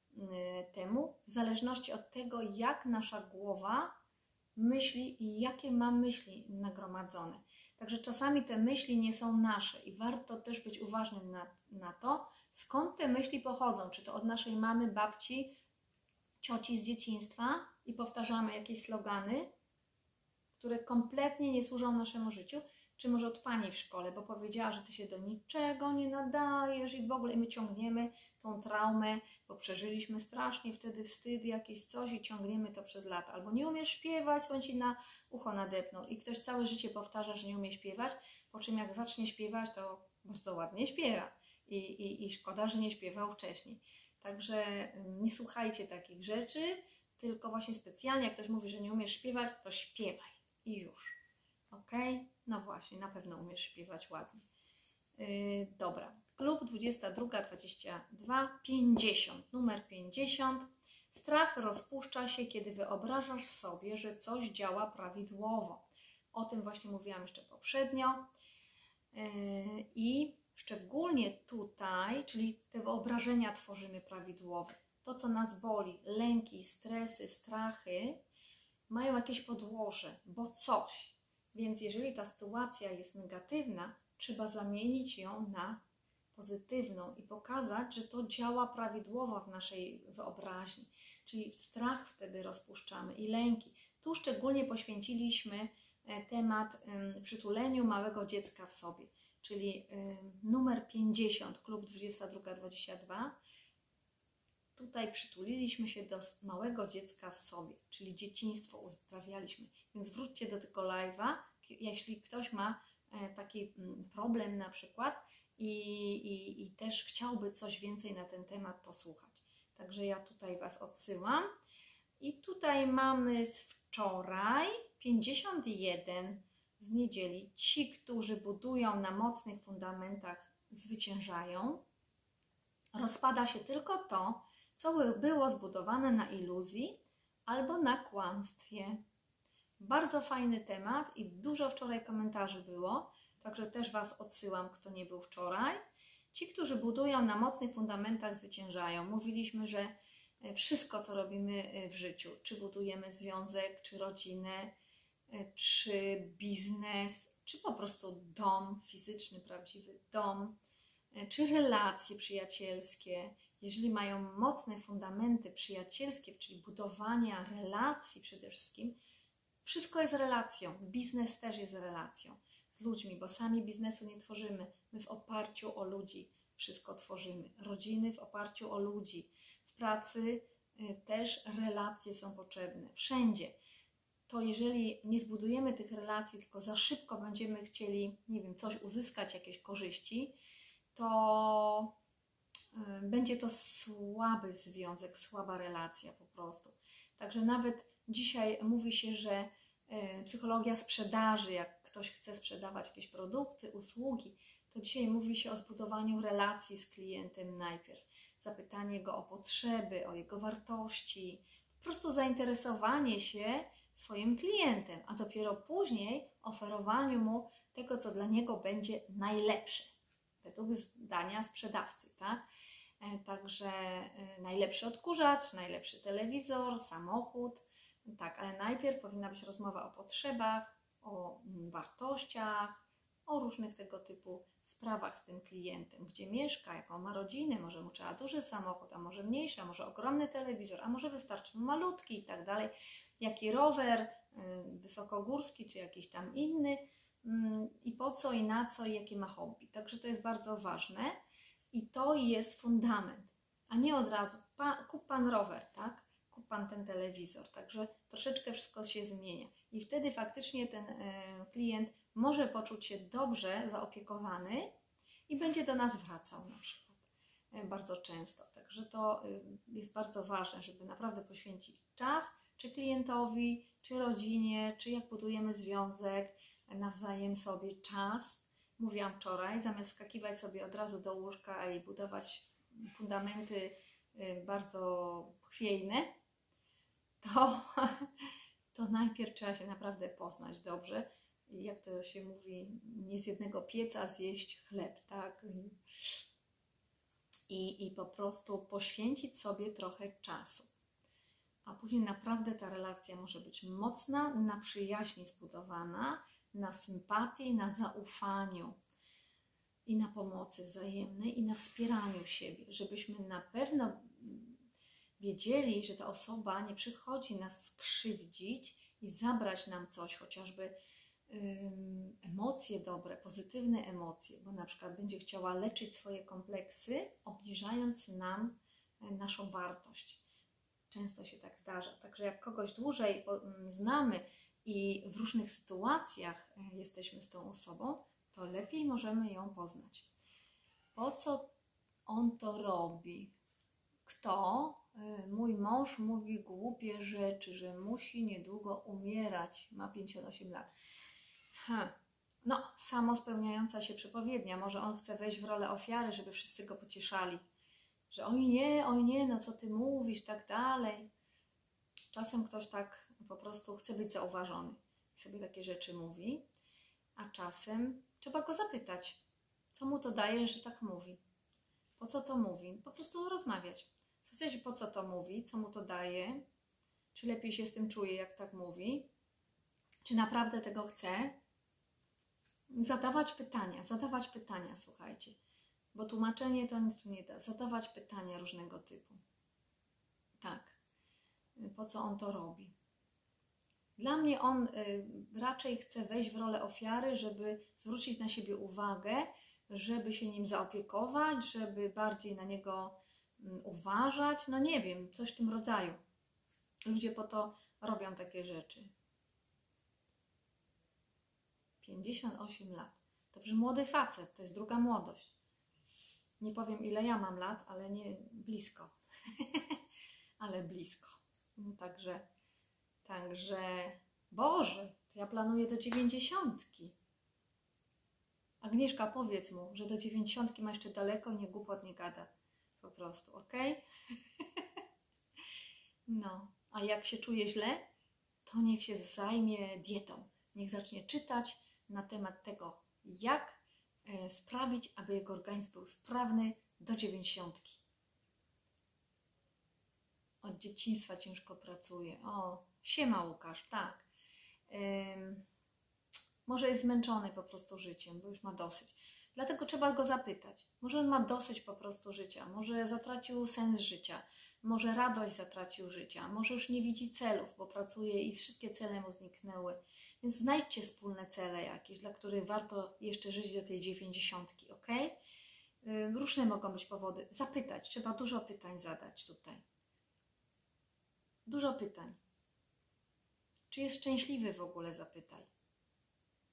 temu, w zależności od tego, jak nasza głowa myśli i jakie ma myśli nagromadzone. Także czasami te myśli nie są nasze i warto też być uważnym na, na to, skąd te myśli pochodzą. Czy to od naszej mamy, babci, cioci z dzieciństwa i powtarzamy jakieś slogany, które kompletnie nie służą naszemu życiu, czy może od pani w szkole, bo powiedziała, że ty się do niczego nie nadajesz i w ogóle i my ciągniemy tą traumę, bo przeżyliśmy strasznie wtedy wstyd, jakieś coś i ciągniemy to przez lata. Albo nie umiesz śpiewać, słoń ci na ucho nadepnął i ktoś całe życie powtarza, że nie umie śpiewać, po czym jak zacznie śpiewać, to bardzo ładnie śpiewa i, i, i szkoda, że nie śpiewał wcześniej. Także nie słuchajcie takich rzeczy, tylko właśnie specjalnie, jak ktoś mówi, że nie umiesz śpiewać, to śpiewaj i już. Ok? No właśnie, na pewno umiesz śpiewać ładnie. Yy, dobra. Klub dwudziesta druga dwadzieścia dwa pięćdziesiąt. Numer pięćdziesiąt. Strach rozpuszcza się, kiedy wyobrażasz sobie, że coś działa prawidłowo. O tym właśnie mówiłam jeszcze poprzednio. Yy, I szczególnie tutaj, czyli te wyobrażenia tworzymy prawidłowe. To, co nas boli, lęki, stresy, strachy, mają jakieś podłoże, bo coś. Więc jeżeli ta sytuacja jest negatywna, trzeba zamienić ją na pozytywną i pokazać, że to działa prawidłowo w naszej wyobraźni. Czyli strach wtedy rozpuszczamy i lęki. Tu szczególnie poświęciliśmy temat um, przytuleniu małego dziecka w sobie. Czyli um, numer pięćdziesiąt, Klub dwudziesta druga dwadzieścia dwa. Tutaj przytuliliśmy się do małego dziecka w sobie, czyli dzieciństwo uzdrawialiśmy. Więc wróćcie do tego live'a, jeśli ktoś ma taki problem na przykład i, i, i też chciałby coś więcej na ten temat posłuchać. Także ja tutaj Was odsyłam. I tutaj mamy z wczoraj pięćdziesiąt jeden z niedzieli. Ci, którzy budują na mocnych fundamentach, zwyciężają. Rozpada się tylko to, co było zbudowane na iluzji albo na kłamstwie. Bardzo fajny temat i dużo wczoraj komentarzy było, także też Was odsyłam, kto nie był wczoraj. Ci, którzy budują na mocnych fundamentach, zwyciężają. Mówiliśmy, że wszystko, co robimy w życiu, czy budujemy związek, czy rodzinę, czy biznes, czy po prostu dom fizyczny, prawdziwy dom, czy relacje przyjacielskie, jeżeli mają mocne fundamenty przyjacielskie, czyli budowania relacji przede wszystkim, wszystko jest relacją. Biznes też jest relacją z ludźmi, bo sami biznesu nie tworzymy. My w oparciu o ludzi wszystko tworzymy. Rodziny w oparciu o ludzi. W pracy też relacje są potrzebne. Wszędzie. To jeżeli nie zbudujemy tych relacji, tylko za szybko będziemy chcieli, nie wiem, coś uzyskać, jakieś korzyści, to będzie to słaby związek, słaba relacja po prostu. Także nawet dzisiaj mówi się, że psychologia sprzedaży, jak ktoś chce sprzedawać jakieś produkty, usługi, to dzisiaj mówi się o zbudowaniu relacji z klientem najpierw. Zapytanie go o potrzeby, o jego wartości, po prostu zainteresowanie się swoim klientem, a dopiero później oferowaniu mu tego, co dla niego będzie najlepsze, według zdania sprzedawcy, tak? Także najlepszy odkurzacz, najlepszy telewizor, samochód, tak, ale najpierw powinna być rozmowa o potrzebach, o wartościach, o różnych tego typu sprawach z tym klientem, gdzie mieszka, jaką ma rodzinę, może mu trzeba duży samochód, a może mniejszy, a może ogromny telewizor, a może wystarczy mu malutki i tak dalej, jaki rower wysokogórski czy jakiś tam inny i po co i na co i jakie ma hobby. Także to jest bardzo ważne i to jest fundament, a nie od razu pa, kup pan rower, tak? Kup pan ten telewizor. Także troszeczkę wszystko się zmienia i wtedy faktycznie ten e, klient może poczuć się dobrze zaopiekowany i będzie do nas wracał na przykład e, bardzo często. Także to e, jest bardzo ważne, żeby naprawdę poświęcić czas czy klientowi, czy rodzinie, czy jak budujemy związek, nawzajem sobie czas. Mówiłam wczoraj, zamiast skakiwać sobie od razu do łóżka i budować fundamenty e, bardzo chwiejne, to, to najpierw trzeba się naprawdę poznać dobrze. Jak to się mówi, nie z jednego pieca zjeść chleb, tak? I, i po prostu poświęcić sobie trochę czasu. A później naprawdę ta relacja może być mocna, na przyjaźni zbudowana, na sympatii, na zaufaniu i na pomocy wzajemnej i na wspieraniu siebie, żebyśmy na pewno wiedzieli, że ta osoba nie przychodzi nas skrzywdzić i zabrać nam coś, chociażby ym, emocje dobre, pozytywne emocje, bo na przykład będzie chciała leczyć swoje kompleksy, obniżając nam y, naszą wartość. Często się tak zdarza. Także jak kogoś dłużej po, y, znamy i w różnych sytuacjach y, jesteśmy z tą osobą, to lepiej możemy ją poznać. Po co on to robi? Kto? Mój mąż mówi głupie rzeczy, że musi niedługo umierać, ma pięćdziesiąt osiem lat. Ha. No, samospełniająca się przepowiednia. Może on chce wejść w rolę ofiary, żeby wszyscy go pocieszali. Że oj nie, oj nie, no co ty mówisz, tak dalej. Czasem ktoś tak po prostu chce być zauważony i sobie takie rzeczy mówi, a czasem trzeba go zapytać, co mu to daje, że tak mówi. Po co to mówi? Po prostu rozmawiać. Zapytać, po co to mówi, co mu to daje, czy lepiej się z tym czuje, jak tak mówi, czy naprawdę tego chce. Zadawać pytania, zadawać pytania, słuchajcie, bo tłumaczenie to nic nie da. Zadawać pytania różnego typu. Tak, po co on to robi? Dla mnie on y, raczej chce wejść w rolę ofiary, żeby zwrócić na siebie uwagę, żeby się nim zaopiekować, żeby bardziej na niego y, uważać. No nie wiem, coś w tym rodzaju. Ludzie po to robią takie rzeczy. pięćdziesiąt osiem lat. Dobrze, młody facet, to jest druga młodość. Nie powiem, ile ja mam lat, ale nie blisko. ale blisko. No, także, także, Boże, to ja planuję do dziewięćdziesiątki. Agnieszka, powiedz mu, że do dziewięćdziesiątki ma jeszcze daleko i nie głupot nie gada. Po prostu, ok? No, a jak się czuje źle, to niech się zajmie dietą. Niech zacznie czytać na temat tego, jak e, sprawić, aby jego organizm był sprawny do dziewięćdziesiątki. Od dzieciństwa ciężko pracuje. O, siema Łukasz, tak. Ym, może jest zmęczony po prostu życiem, bo już ma dosyć. Dlatego trzeba go zapytać. Może on ma dosyć po prostu życia, może zatracił sens życia, może radość zatracił życia, może już nie widzi celów, bo pracuje i wszystkie cele mu zniknęły. Więc znajdźcie wspólne cele jakieś, dla których warto jeszcze żyć do tej dziewięćdziesiątki, ok? Yy, różne mogą być powody. Zapytać, trzeba dużo pytań zadać tutaj. Dużo pytań. Czy jest szczęśliwy w ogóle, zapytaj.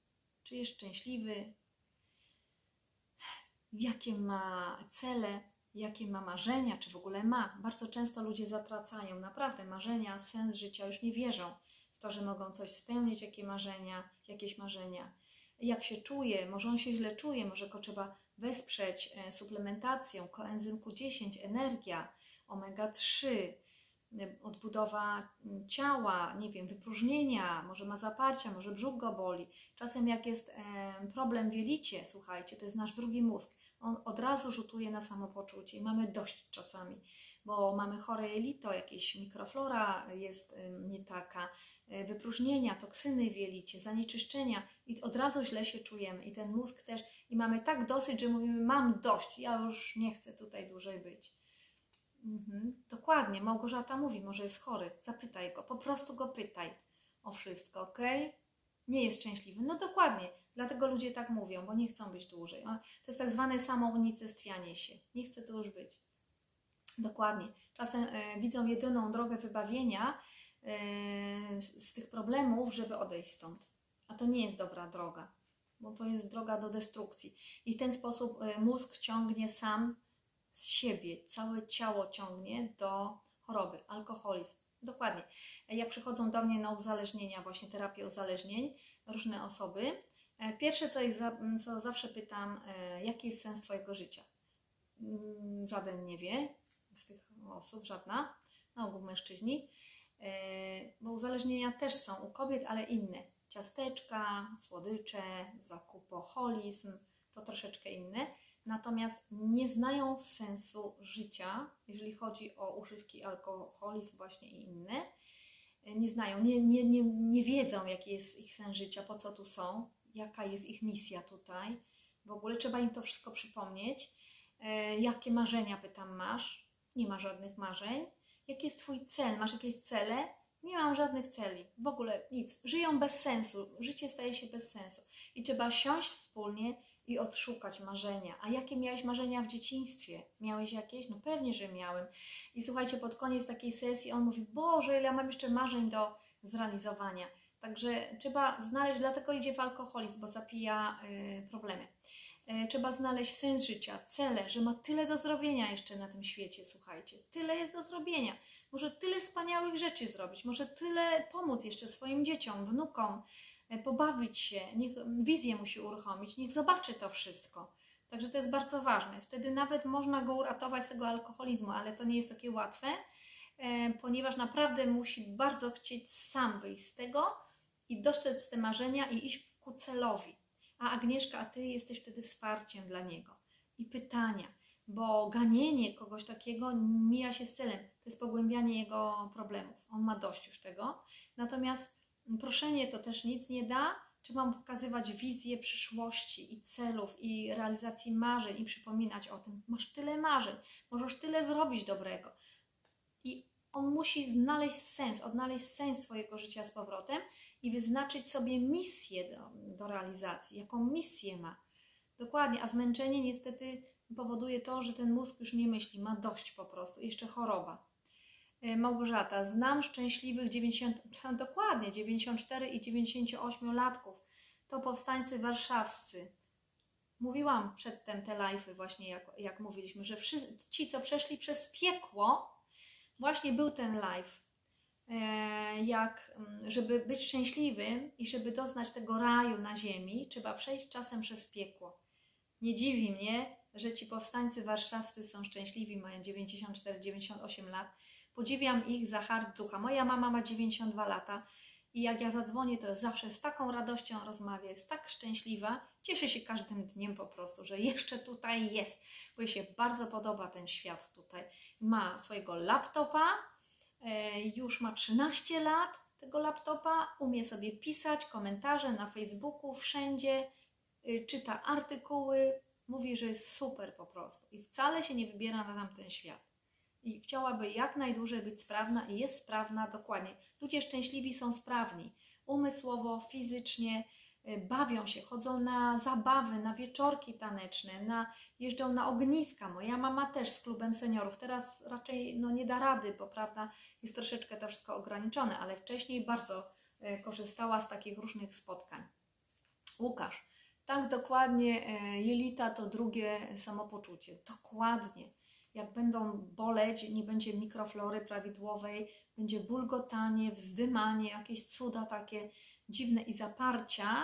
Czy jest szczęśliwy? Jakie ma cele? jakie ma marzenia, czy w ogóle ma. Bardzo często ludzie zatracają naprawdę marzenia, sens życia, już nie wierzą w to, że mogą coś spełnić, jakie marzenia, jakieś marzenia. Jak się czuje, może on się źle czuje, może go trzeba wesprzeć suplementacją, koenzym Q dziesięć, energia, omega trzy, odbudowa ciała, nie wiem, wypróżnienia, może ma zaparcia, może brzuch go boli. Czasem jak jest problem w jelicie, słuchajcie, to jest nasz drugi mózg, on od razu rzutuje na samopoczucie i mamy dość czasami, bo mamy chore jelito, jakieś mikroflora jest nie taka, wypróżnienia, toksyny w jelicie, zanieczyszczenia i od razu źle się czujemy i ten mózg też i mamy tak dosyć, że mówimy mam dość, ja już nie chcę tutaj dłużej być. Mhm, dokładnie, Małgorzata mówi, może jest chory, zapytaj go, po prostu go pytaj o wszystko, ok? Nie jest szczęśliwy, no dokładnie, dlatego ludzie tak mówią, bo nie chcą być dłużej. To jest tak zwane samounicestwianie się, nie chcę tu już być. Dokładnie, czasem e, widzą jedyną drogę wybawienia e, z tych problemów, żeby odejść stąd, a to nie jest dobra droga, bo to jest droga do destrukcji i w ten sposób e, mózg ciągnie sam z siebie, całe ciało ciągnie do choroby, alkoholizm. Dokładnie. Jak przychodzą do mnie na uzależnienia, właśnie terapię uzależnień, różne osoby, pierwsze co, jest, co zawsze pytam, jaki jest sens Twojego życia? Żaden nie wie, z tych osób, żadna, na ogół mężczyźni, bo uzależnienia też są u kobiet, ale inne. Ciasteczka, słodycze, zakupoholizm, to troszeczkę inne. Natomiast nie znają sensu życia, jeżeli chodzi o używki, alkoholizm właśnie i inne. Nie znają, nie, nie, nie, nie wiedzą, jaki jest ich sens życia, po co tu są, jaka jest ich misja tutaj. W ogóle trzeba im to wszystko przypomnieć. E, jakie marzenia, pytam, masz? Nie ma żadnych marzeń. Jaki jest Twój cel? Masz jakieś cele? Nie mam żadnych celi. W ogóle nic. Żyją bez sensu. Życie staje się bez sensu. I trzeba siąść wspólnie i odszukać marzenia. A jakie miałeś marzenia w dzieciństwie? Miałeś jakieś? No pewnie, że miałem. I słuchajcie, pod koniec takiej sesji on mówi, Boże, ile ja mam jeszcze marzeń do zrealizowania. Także trzeba znaleźć, dlatego idzie w alkoholizm, bo zapija y, problemy. Y, trzeba znaleźć sens życia, cele, że ma tyle do zrobienia jeszcze na tym świecie, słuchajcie. Tyle jest do zrobienia. Może tyle wspaniałych rzeczy zrobić, może tyle pomóc jeszcze swoim dzieciom, wnukom, pobawić się, niech wizję musi uruchomić, niech zobaczy to wszystko. Także to jest bardzo ważne. Wtedy nawet można go uratować z tego alkoholizmu, ale to nie jest takie łatwe, ponieważ naprawdę musi bardzo chcieć sam wyjść z tego i dostrzec te marzenia i iść ku celowi. A Agnieszka, a Ty jesteś wtedy wsparciem dla niego. I pytania, bo ganienie kogoś takiego mija się z celem. To jest pogłębianie jego problemów. On ma dość już tego. Natomiast proszenie to też nic nie da. Trzeba mu pokazywać wizję przyszłości i celów i realizacji marzeń i przypominać o tym. Masz tyle marzeń, możesz tyle zrobić dobrego. I on musi znaleźć sens, odnaleźć sens swojego życia z powrotem i wyznaczyć sobie misję do, do realizacji. Jaką misję ma. Dokładnie, a zmęczenie niestety powoduje to, że ten mózg już nie myśli, ma dość po prostu. Jeszcze choroba. Małgorzata, znam szczęśliwych dziewięćdziesiąt, dokładnie dziewięćdziesiąt cztery i dziewięćdziesięcioośmiolatków. To powstańcy warszawscy. Mówiłam przedtem te live'y właśnie, jak, jak mówiliśmy, że wszyscy, ci, co przeszli przez piekło, właśnie był ten live. E, jak, żeby być szczęśliwym i żeby doznać tego raju na ziemi, trzeba przejść czasem przez piekło. Nie dziwi mnie, że ci powstańcy warszawscy są szczęśliwi, mają dziewięćdziesiąt cztery dziewięćdziesiąt osiem lat. Podziwiam ich za hart ducha. Moja mama ma dziewięćdziesiąt dwa lata i jak ja zadzwonię, to zawsze z taką radością rozmawia, jest tak szczęśliwa, cieszy się każdym dniem po prostu, że jeszcze tutaj jest, bo jej się bardzo podoba ten świat tutaj. Ma swojego laptopa, już ma trzynaście lat tego laptopa, umie sobie pisać komentarze na Facebooku, wszędzie, czyta artykuły, mówi, że jest super po prostu i wcale się nie wybiera na tamten świat. I chciałaby jak najdłużej być sprawna i jest sprawna dokładnie. Ludzie szczęśliwi są sprawni, umysłowo, fizycznie, bawią się, chodzą na zabawy, na wieczorki taneczne, na, jeżdżą na ogniska. Moja mama też z klubem seniorów. Teraz raczej no, nie da rady, bo prawda jest troszeczkę to wszystko ograniczone, ale wcześniej bardzo korzystała z takich różnych spotkań. Łukasz, tak dokładnie, jelita to drugie samopoczucie. Dokładnie. jak będą boleć, nie będzie mikroflory prawidłowej, będzie bulgotanie, wzdymanie, jakieś cuda takie dziwne i zaparcia,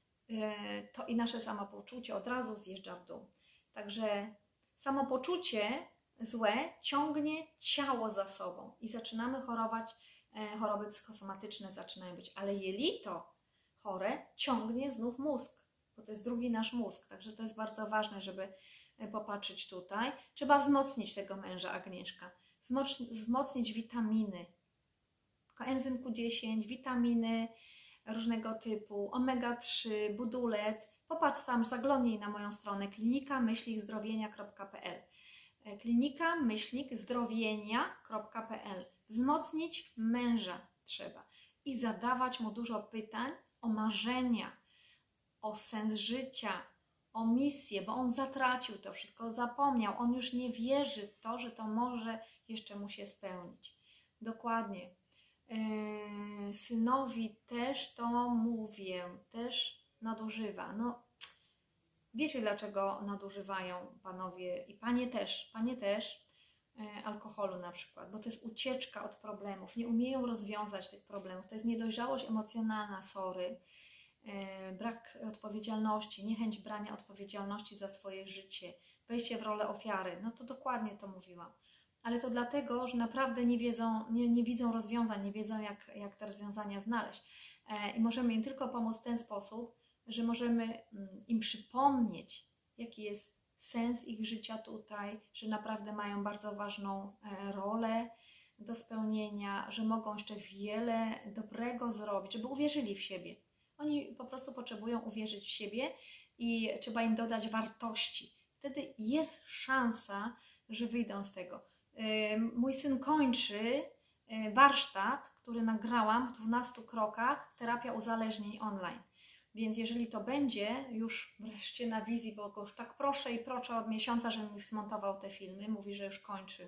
to i nasze samopoczucie od razu zjeżdża w dół. Także samopoczucie złe ciągnie ciało za sobą i zaczynamy chorować, choroby psychosomatyczne zaczynają być, ale jelito chore ciągnie znów mózg, bo to jest drugi nasz mózg, także to jest bardzo ważne, żeby popatrzeć tutaj. Trzeba wzmocnić tego męża, Agnieszka, wzmocnić witaminy, koenzym Q dziesięć, witaminy różnego typu, omega trzy, budulec. Popatrz tam, zaglądnij na moją stronę klinika myślnik zdrowienia kropka p l. klinika myślnik zdrowienia kropka p l. Wzmocnić męża trzeba i zadawać mu dużo pytań o marzenia, o sens życia, o misję, bo on zatracił to wszystko, zapomniał, on już nie wierzy w to, że to może jeszcze mu się spełnić. Dokładnie. Yy, synowi też to mówię, też nadużywa. No, wiecie dlaczego nadużywają panowie i panie też, panie też yy, alkoholu na przykład, bo to jest ucieczka od problemów, nie umieją rozwiązać tych problemów, to jest niedojrzałość emocjonalna, sorry, yy, brak odpowiedzialności, niechęć brania odpowiedzialności za swoje życie, wejście w rolę ofiary, no to dokładnie to mówiłam. Ale to dlatego, że naprawdę nie wiedzą, nie, nie widzą rozwiązań, nie wiedzą jak, jak te rozwiązania znaleźć. E, I możemy im tylko pomóc w ten sposób, że możemy mm, im przypomnieć, jaki jest sens ich życia tutaj, że naprawdę mają bardzo ważną e, rolę do spełnienia, że mogą jeszcze wiele dobrego zrobić, żeby uwierzyli w siebie. Oni po prostu potrzebują uwierzyć w siebie i trzeba im dodać wartości. Wtedy jest szansa, że wyjdą z tego. Mój syn kończy warsztat, który nagrałam w dwunastu krokach, terapia uzależnień online. Więc jeżeli to będzie już wreszcie na wizji, bo go już tak proszę i proszę od miesiąca, żeby mi zmontował te filmy, mówi, że już kończy.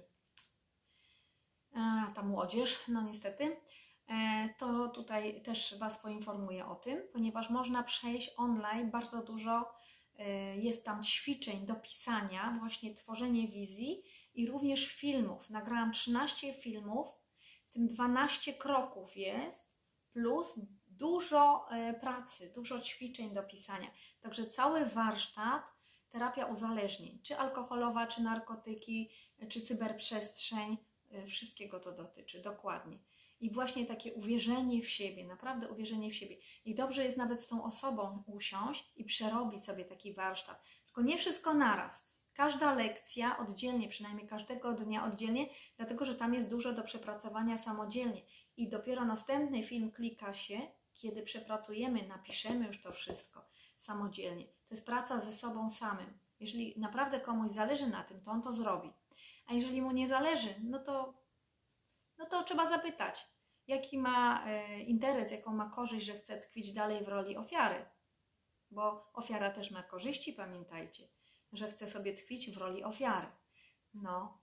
A, ta młodzież, no niestety, to tutaj też Was poinformuję o tym, ponieważ można przejść online, bardzo dużo jest tam ćwiczeń do pisania, właśnie tworzenie wizji, i również filmów. Nagrałam trzynaście filmów, w tym dwanaście kroków jest, plus dużo e, pracy, dużo ćwiczeń do pisania. Także cały warsztat, terapia uzależnień, czy alkoholowa, czy narkotyki, czy cyberprzestrzeń, e, wszystkiego to dotyczy, dokładnie. I właśnie takie uwierzenie w siebie, naprawdę uwierzenie w siebie. I dobrze jest nawet z tą osobą usiąść i przerobić sobie taki warsztat. Tylko nie wszystko naraz. Każda lekcja oddzielnie, przynajmniej każdego dnia oddzielnie, dlatego że tam jest dużo do przepracowania samodzielnie. I dopiero następny film klika się, kiedy przepracujemy, napiszemy już to wszystko samodzielnie. To jest praca ze sobą samym. Jeżeli naprawdę komuś zależy na tym, to on to zrobi. A jeżeli mu nie zależy, no to, no to trzeba zapytać, jaki ma e, interes, jaką ma korzyść, że chce tkwić dalej w roli ofiary. Bo ofiara też ma korzyści, pamiętajcie, że chce sobie tkwić w roli ofiary. No.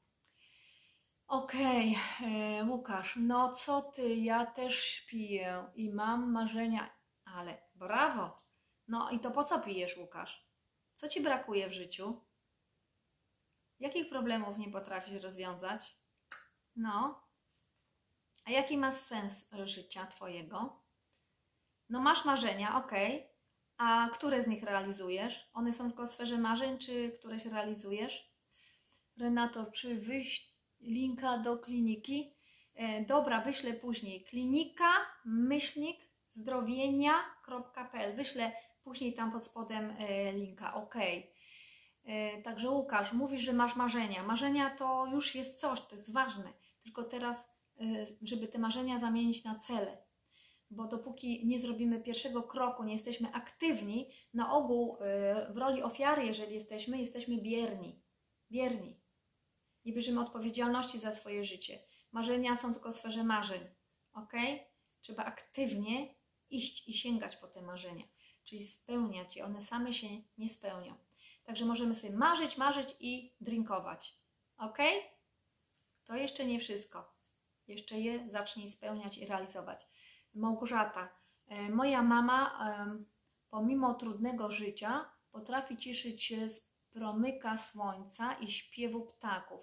Okej, okay. Łukasz, no co ty, ja też piję i mam marzenia, ale brawo. No i to po co pijesz, Łukasz? Co ci brakuje w życiu? Jakich problemów nie potrafisz rozwiązać? No. A jaki ma sens życia twojego? No masz marzenia, okej. Okay. A które z nich realizujesz? One są tylko w sferze marzeń, czy któreś realizujesz? Renato, czy wyjść linka do kliniki? E, dobra, wyślę później. Klinika myślnik zdrowienia kropka p l. Wyślę później tam pod spodem e, linka. Ok. E, także Łukasz, mówisz, że masz marzenia. Marzenia to już jest coś, to jest ważne. Tylko teraz, e, żeby te marzenia zamienić na cele. Bo dopóki nie zrobimy pierwszego kroku, nie jesteśmy aktywni, na ogół w roli ofiary, jeżeli jesteśmy, jesteśmy bierni. Bierni. Nie bierzemy odpowiedzialności za swoje życie. Marzenia są tylko w sferze marzeń. Ok? Trzeba aktywnie iść i sięgać po te marzenia. Czyli spełniać je. One same się nie spełnią. Także możemy sobie marzyć, marzyć i drinkować. Ok? To jeszcze nie wszystko. Jeszcze je zacznij spełniać i realizować. Małgorzata, moja mama pomimo trudnego życia potrafi cieszyć się z promyka słońca i śpiewu ptaków.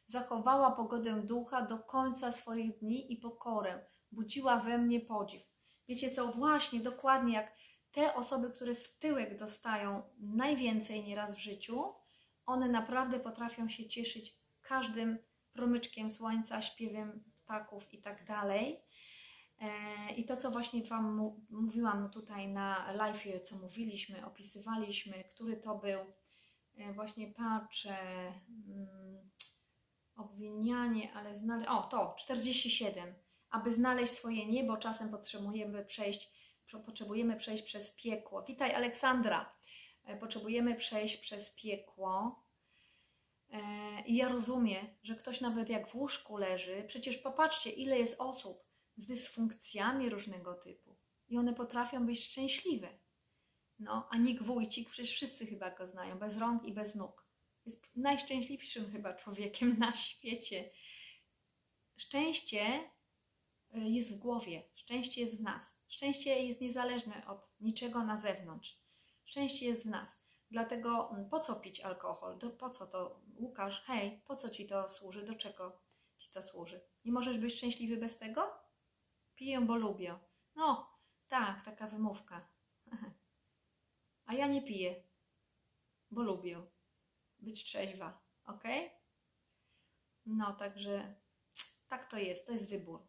zachowała pogodę ducha do końca swoich dni i pokorę, budziła we mnie podziw. Wiecie co, właśnie, dokładnie jak te osoby, które w tyłek dostają najwięcej nieraz w życiu, one naprawdę potrafią się cieszyć każdym promyczkiem słońca, śpiewem ptaków i tak dalej. I to, co właśnie Wam mówiłam tutaj na live'ie, co mówiliśmy, opisywaliśmy, który to był, właśnie patrzę, hmm, obwinianie, ale znaleźć, o to, czterdzieści siedem. Aby znaleźć swoje niebo, czasem potrzebujemy przejść, potrzebujemy przejść przez piekło. Witaj Aleksandra, potrzebujemy przejść przez piekło. I ja rozumiem, że ktoś nawet jak w łóżku leży, przecież popatrzcie, ile jest osób z dysfunkcjami różnego typu i one potrafią być szczęśliwe. No, a Nick Wójcik, przecież wszyscy chyba go znają, bez rąk i bez nóg. Jest najszczęśliwszym chyba człowiekiem na świecie. Szczęście jest w głowie, szczęście jest w nas. Szczęście jest niezależne od niczego na zewnątrz. Szczęście jest w nas. Dlatego po co pić alkohol? Do, po co to? Łukasz, hej, po co Ci to służy? Do czego Ci to służy? Nie możesz być szczęśliwy bez tego? Piję, bo lubię. No, tak, taka wymówka. A ja nie piję, bo lubię być trzeźwa, ok? No, także tak to jest, to jest wybór.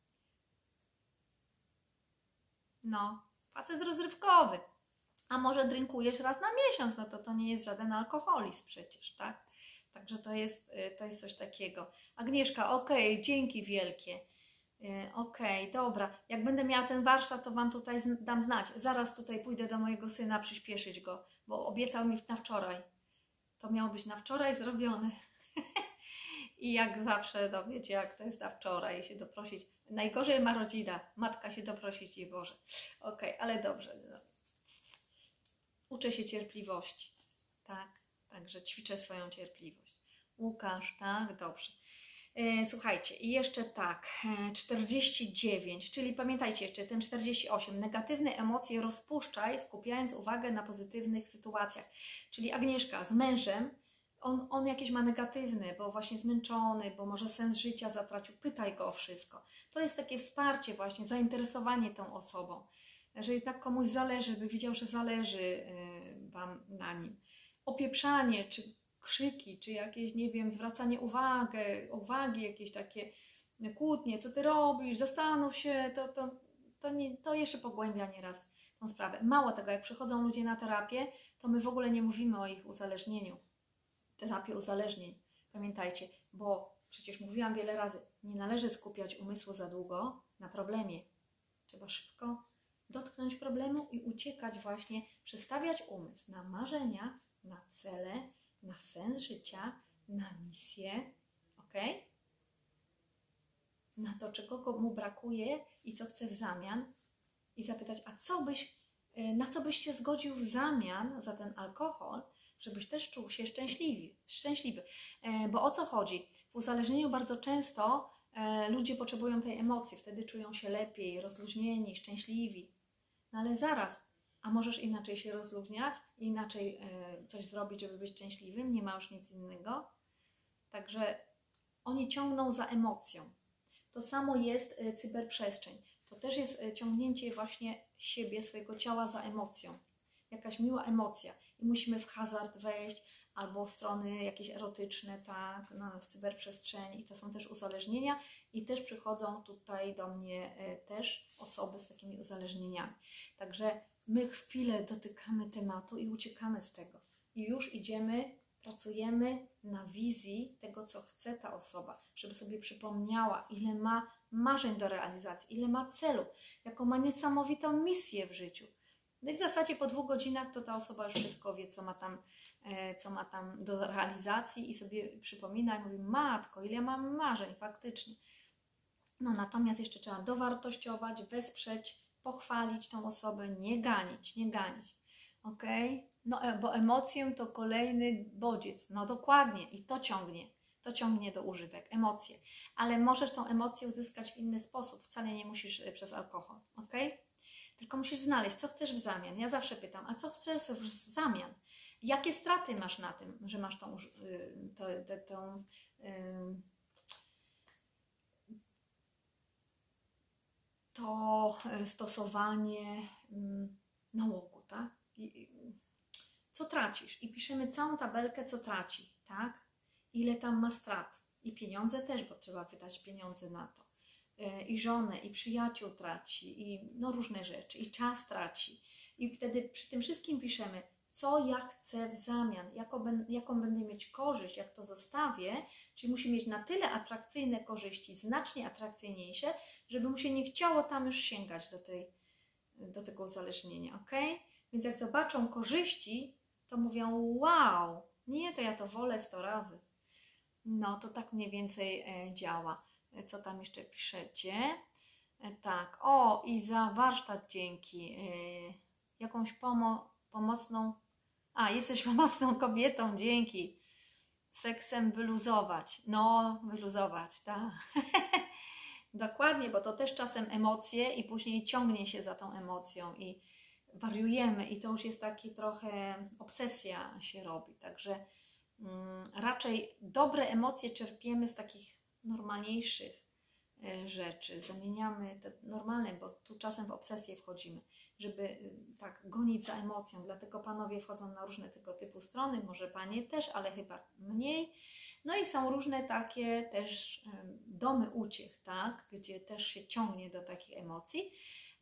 No, facet rozrywkowy. A może drinkujesz raz na miesiąc, no to to nie jest żaden alkoholizm przecież, tak? Także to jest, to jest coś takiego. Agnieszka, okej, okay, dzięki wielkie. Okej, okay, dobra. Jak będę miała ten warsztat, to Wam tutaj dam znać. Zaraz tutaj pójdę do mojego syna przyspieszyć go, bo obiecał mi na wczoraj. To miało być na wczoraj zrobione. I jak zawsze, no wiecie, jak to jest na wczoraj, się doprosić. Najgorzej ma rodzina, matka się doprosić, jej Boże. Okej, okay, ale dobrze. Uczę się cierpliwości, tak? Także ćwiczę swoją cierpliwość. Łukasz, tak? Dobrze. E, słuchajcie, i jeszcze tak, czterdzieści dziewięć, czyli pamiętajcie jeszcze ten czterdzieści osiem, negatywne emocje rozpuszczaj, skupiając uwagę na pozytywnych sytuacjach. Czyli Agnieszka z mężem, on, on jakieś ma negatywny, bo właśnie zmęczony, bo może sens życia zatracił, pytaj go o wszystko. To jest takie wsparcie właśnie, zainteresowanie tą osobą, że jednak komuś zależy, by widział, że zależy Wam na nim. Opieprzanie, czy krzyki, czy jakieś, nie wiem, zwracanie uwagę, uwagi, jakieś takie kłótnie, co Ty robisz, zastanów się, to, to, to, nie, to jeszcze pogłębia nieraz tą sprawę. Mało tego, jak przychodzą ludzie na terapię, to my w ogóle nie mówimy o ich uzależnieniu. Terapię uzależnień, pamiętajcie, bo przecież mówiłam wiele razy, nie należy skupiać umysłu za długo na problemie. Trzeba szybko dotknąć problemu i uciekać właśnie, przestawiać umysł na marzenia, na cele, na sens życia, na misję, ok? Na to, czego mu brakuje i co chce w zamian i zapytać, a co byś, na co byś się zgodził w zamian za ten alkohol, żebyś też czuł się szczęśliwy, szczęśliwy. Bo o co chodzi? W uzależnieniu bardzo często ludzie potrzebują tej emocji, wtedy czują się lepiej, rozluźnieni, szczęśliwi. No ale zaraz, a możesz inaczej się rozluźniać, inaczej coś zrobić, żeby być szczęśliwym, nie ma już nic innego. Także oni ciągną za emocją. To samo jest cyberprzestrzeń. To też jest ciągnięcie właśnie siebie, swojego ciała za emocją. Jakaś miła emocja i musimy w hazard wejść albo w strony jakieś erotyczne, tak, no, w cyberprzestrzeni i to są też uzależnienia i też przychodzą tutaj do mnie też osoby z takimi uzależnieniami. Także my chwilę dotykamy tematu i uciekamy z tego i już idziemy, pracujemy na wizji tego, co chce ta osoba, żeby sobie przypomniała, ile ma marzeń do realizacji, ile ma celów, jaką ma niesamowitą misję w życiu. No i w zasadzie po dwóch godzinach to ta osoba już wszystko wie, co ma tam, co ma tam do realizacji i sobie przypomina i mówi, matko, ile mam marzeń faktycznie. No natomiast jeszcze trzeba dowartościować, wesprzeć, pochwalić tą osobę, nie ganić, nie ganić. Ok? No bo emocje to kolejny bodziec. No dokładnie i to ciągnie. To ciągnie do używek, emocje. Ale możesz tą emocję uzyskać w inny sposób. Wcale nie musisz przez alkohol. Ok? Tylko musisz znaleźć, co chcesz w zamian. Ja zawsze pytam, a co chcesz w zamian? Jakie straty masz na tym, że masz tą, tą, tą to stosowanie nałogu, tak? Co tracisz? I piszemy całą tabelkę, co traci, tak? Ile tam ma strat. I pieniądze też, bo trzeba wydać pieniądze na to. I żonę, i przyjaciół traci, i no różne rzeczy, i czas traci. I wtedy przy tym wszystkim piszemy, co ja chcę w zamian, jaką, jaką będę mieć korzyść, jak to zostawię, czyli musi mieć na tyle atrakcyjne korzyści, znacznie atrakcyjniejsze, żeby mu się nie chciało tam już sięgać do, tej, do tego uzależnienia, ok? Więc jak zobaczą korzyści, to mówią, wow, nie, to ja to wolę sto razy. No, to tak mniej więcej e, działa. E, co tam jeszcze piszecie? E, tak, o, i za warsztat dzięki. E, jakąś pomo pomocną... A, jesteś pomocną kobietą, dzięki. Seksem wyluzować. No, wyluzować, tak. Dokładnie, bo to też czasem emocje i później ciągnie się za tą emocją i wariujemy i to już jest taki trochę obsesja się robi. Także mm, raczej dobre emocje czerpiemy z takich normalniejszych y, rzeczy. Zamieniamy te normalne, bo tu czasem w obsesję wchodzimy, żeby y, tak gonić za emocją. Dlatego panowie wchodzą na różne tego typu strony, może panie też, ale chyba mniej. No i są różne takie też y, domy uciech, tak? Gdzie też się ciągnie do takich emocji.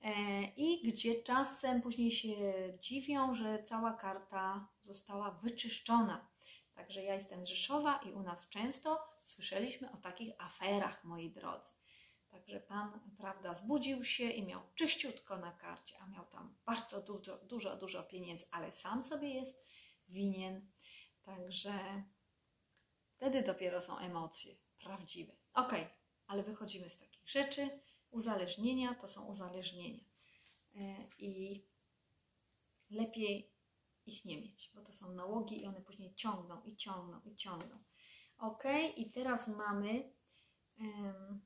I gdzie czasem później się dziwią, że cała karta została wyczyszczona. Także ja jestem z Rzeszowa i u nas często słyszeliśmy o takich aferach, moi drodzy. Także pan, prawda, zbudził się i miał czyściutko na karcie, a miał tam bardzo dużo, dużo, dużo pieniędzy, ale sam sobie jest winien. Także wtedy dopiero są emocje prawdziwe. Ok, ale wychodzimy z takich rzeczy. Uzależnienia to są uzależnienia i lepiej ich nie mieć, bo to są nałogi i one później ciągną i ciągną i ciągną. Ok, i teraz mamy um,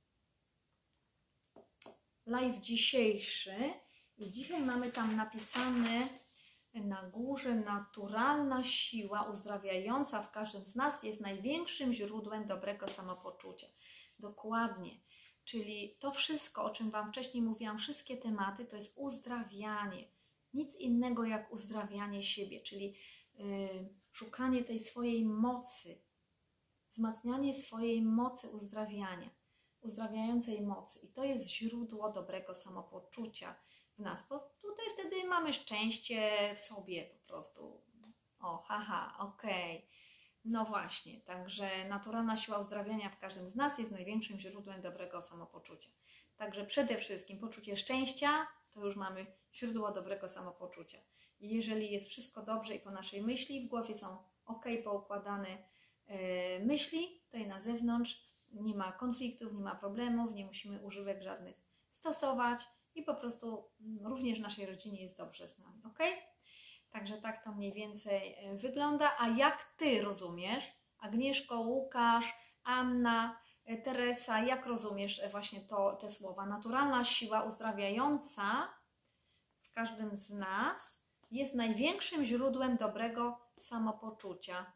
live dzisiejszy i dzisiaj mamy tam napisane na górze: naturalna siła uzdrawiająca w każdym z nas jest największym źródłem dobrego samopoczucia. Dokładnie. Czyli to wszystko, o czym Wam wcześniej mówiłam, wszystkie tematy, to jest uzdrawianie. Nic innego jak uzdrawianie siebie, czyli yy, szukanie tej swojej mocy, wzmacnianie swojej mocy uzdrawiania, uzdrawiającej mocy. I to jest źródło dobrego samopoczucia w nas, bo tutaj wtedy mamy szczęście w sobie po prostu. O, haha, okej. Okay. No właśnie, także naturalna siła uzdrawiania w każdym z nas jest największym źródłem dobrego samopoczucia. Także przede wszystkim poczucie szczęścia, to już mamy źródło dobrego samopoczucia. I jeżeli jest wszystko dobrze i po naszej myśli, w głowie są ok, poukładane yy, myśli, to i na zewnątrz nie ma konfliktów, nie ma problemów, nie musimy używek żadnych stosować i po prostu również w naszej rodzinie jest dobrze z nami, ok? Także tak to mniej więcej wygląda. A jak Ty rozumiesz, Agnieszko, Łukasz, Anna, Teresa, jak rozumiesz właśnie to, te słowa? Naturalna siła uzdrawiająca w każdym z nas jest największym źródłem dobrego samopoczucia.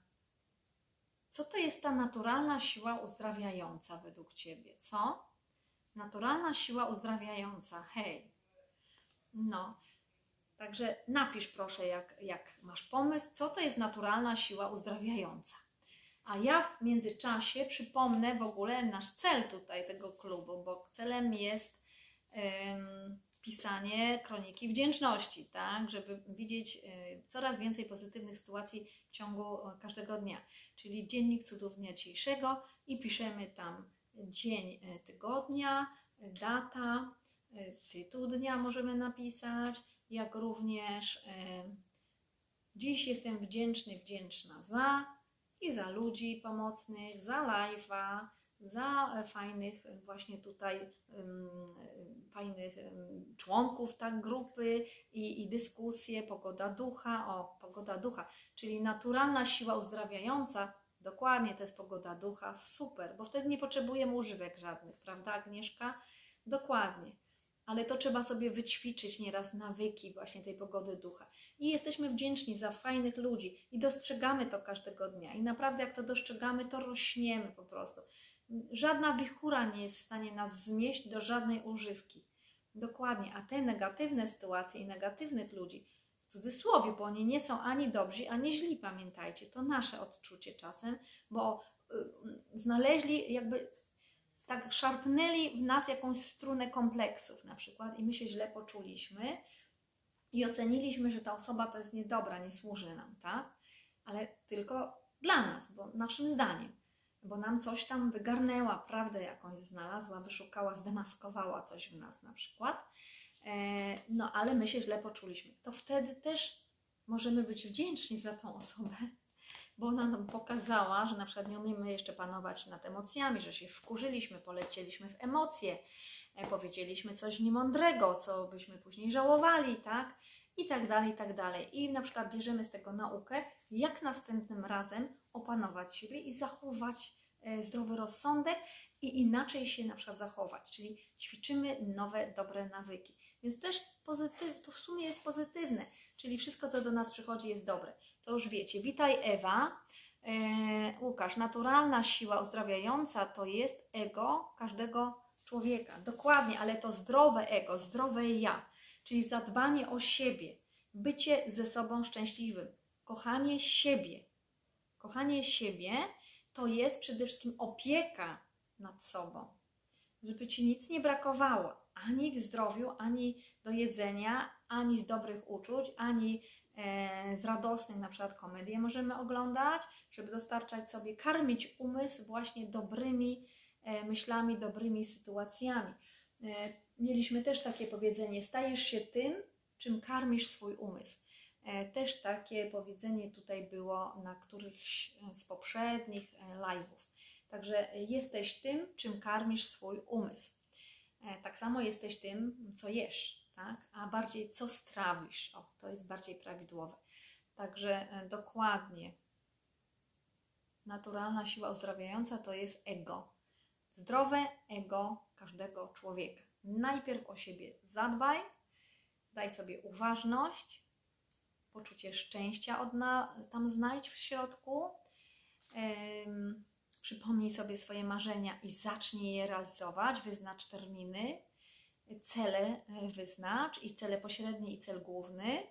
Co to jest ta naturalna siła uzdrawiająca według Ciebie? Co? Naturalna siła uzdrawiająca. Hej. No. Także napisz proszę, jak, jak masz pomysł, co to jest naturalna siła uzdrawiająca. A ja w międzyczasie przypomnę w ogóle nasz cel tutaj tego klubu, bo celem jest ym, pisanie kroniki wdzięczności, tak, żeby widzieć y, coraz więcej pozytywnych sytuacji w ciągu każdego dnia. Czyli dziennik cudów dnia dzisiejszego i piszemy tam dzień tygodnia, data, tytuł dnia możemy napisać, jak również y, dziś jestem wdzięczny, wdzięczna za i za ludzi pomocnych, za live'a, za fajnych właśnie tutaj y, y, fajnych y, członków tak, grupy i, i dyskusje, pogoda ducha, o pogoda ducha, czyli naturalna siła uzdrawiająca, dokładnie to jest pogoda ducha, super, bo wtedy nie potrzebujemy używek żadnych, prawda Agnieszka? Dokładnie. ale to trzeba sobie wyćwiczyć nieraz nawyki właśnie tej pogody ducha. I jesteśmy wdzięczni za fajnych ludzi i dostrzegamy to każdego dnia. I naprawdę jak to dostrzegamy, to rośniemy po prostu. Żadna wichura nie jest w stanie nas znieść do żadnej używki. Dokładnie. A te negatywne sytuacje i negatywnych ludzi, w cudzysłowie, bo oni nie są ani dobrzy, ani źli, pamiętajcie. To nasze odczucie czasem, bo y, znaleźli jakby... tak szarpnęli w nas jakąś strunę kompleksów na przykład i my się źle poczuliśmy i oceniliśmy, że ta osoba to jest niedobra, nie służy nam, tak? Ale tylko dla nas, bo naszym zdaniem, bo nam coś tam wygarnęła, prawdę jakąś znalazła, wyszukała, zdemaskowała coś w nas na przykład, e, no ale my się źle poczuliśmy. To wtedy też możemy być wdzięczni za tą osobę, bo ona nam pokazała, że na przykład nie umiemy jeszcze panować nad emocjami, że się wkurzyliśmy, polecieliśmy w emocje, e, powiedzieliśmy coś niemądrego, co byśmy później żałowali, tak? I tak dalej, i tak dalej. I na przykład bierzemy z tego naukę, jak następnym razem opanować siebie i zachować e, zdrowy rozsądek i inaczej się na przykład zachować, czyli ćwiczymy nowe, dobre nawyki. Więc też pozytyw, to w sumie jest pozytywne, czyli wszystko, co do nas przychodzi, jest dobre. To już wiecie. Witaj, Ewa. E, Łukasz, naturalna siła uzdrawiająca to jest ego każdego człowieka. Dokładnie, ale to zdrowe ego, zdrowe ja, czyli zadbanie o siebie, bycie ze sobą szczęśliwym, kochanie siebie. Kochanie siebie to jest przede wszystkim opieka nad sobą, żeby Ci nic nie brakowało, ani w zdrowiu, ani do jedzenia, ani z dobrych uczuć, ani e, z radosnych, na przykład komedie możemy oglądać, żeby dostarczać sobie, karmić umysł właśnie dobrymi e, myślami, dobrymi sytuacjami. E, mieliśmy też takie powiedzenie, stajesz się tym, czym karmisz swój umysł. E, też takie powiedzenie tutaj było na którychś z poprzednich e, live'ów. Także jesteś tym, czym karmisz swój umysł. Tak samo jesteś tym, co jesz, tak? A bardziej co strawisz. O, to jest bardziej prawidłowe. Także dokładnie. Naturalna siła uzdrawiająca to jest ego. Zdrowe ego każdego człowieka. Najpierw o siebie zadbaj, daj sobie uważność, poczucie szczęścia odna- tam znajdź w środku. Ym, Przypomnij sobie swoje marzenia i zacznij je realizować. Wyznacz terminy, cele wyznacz i cele pośrednie i cel główny.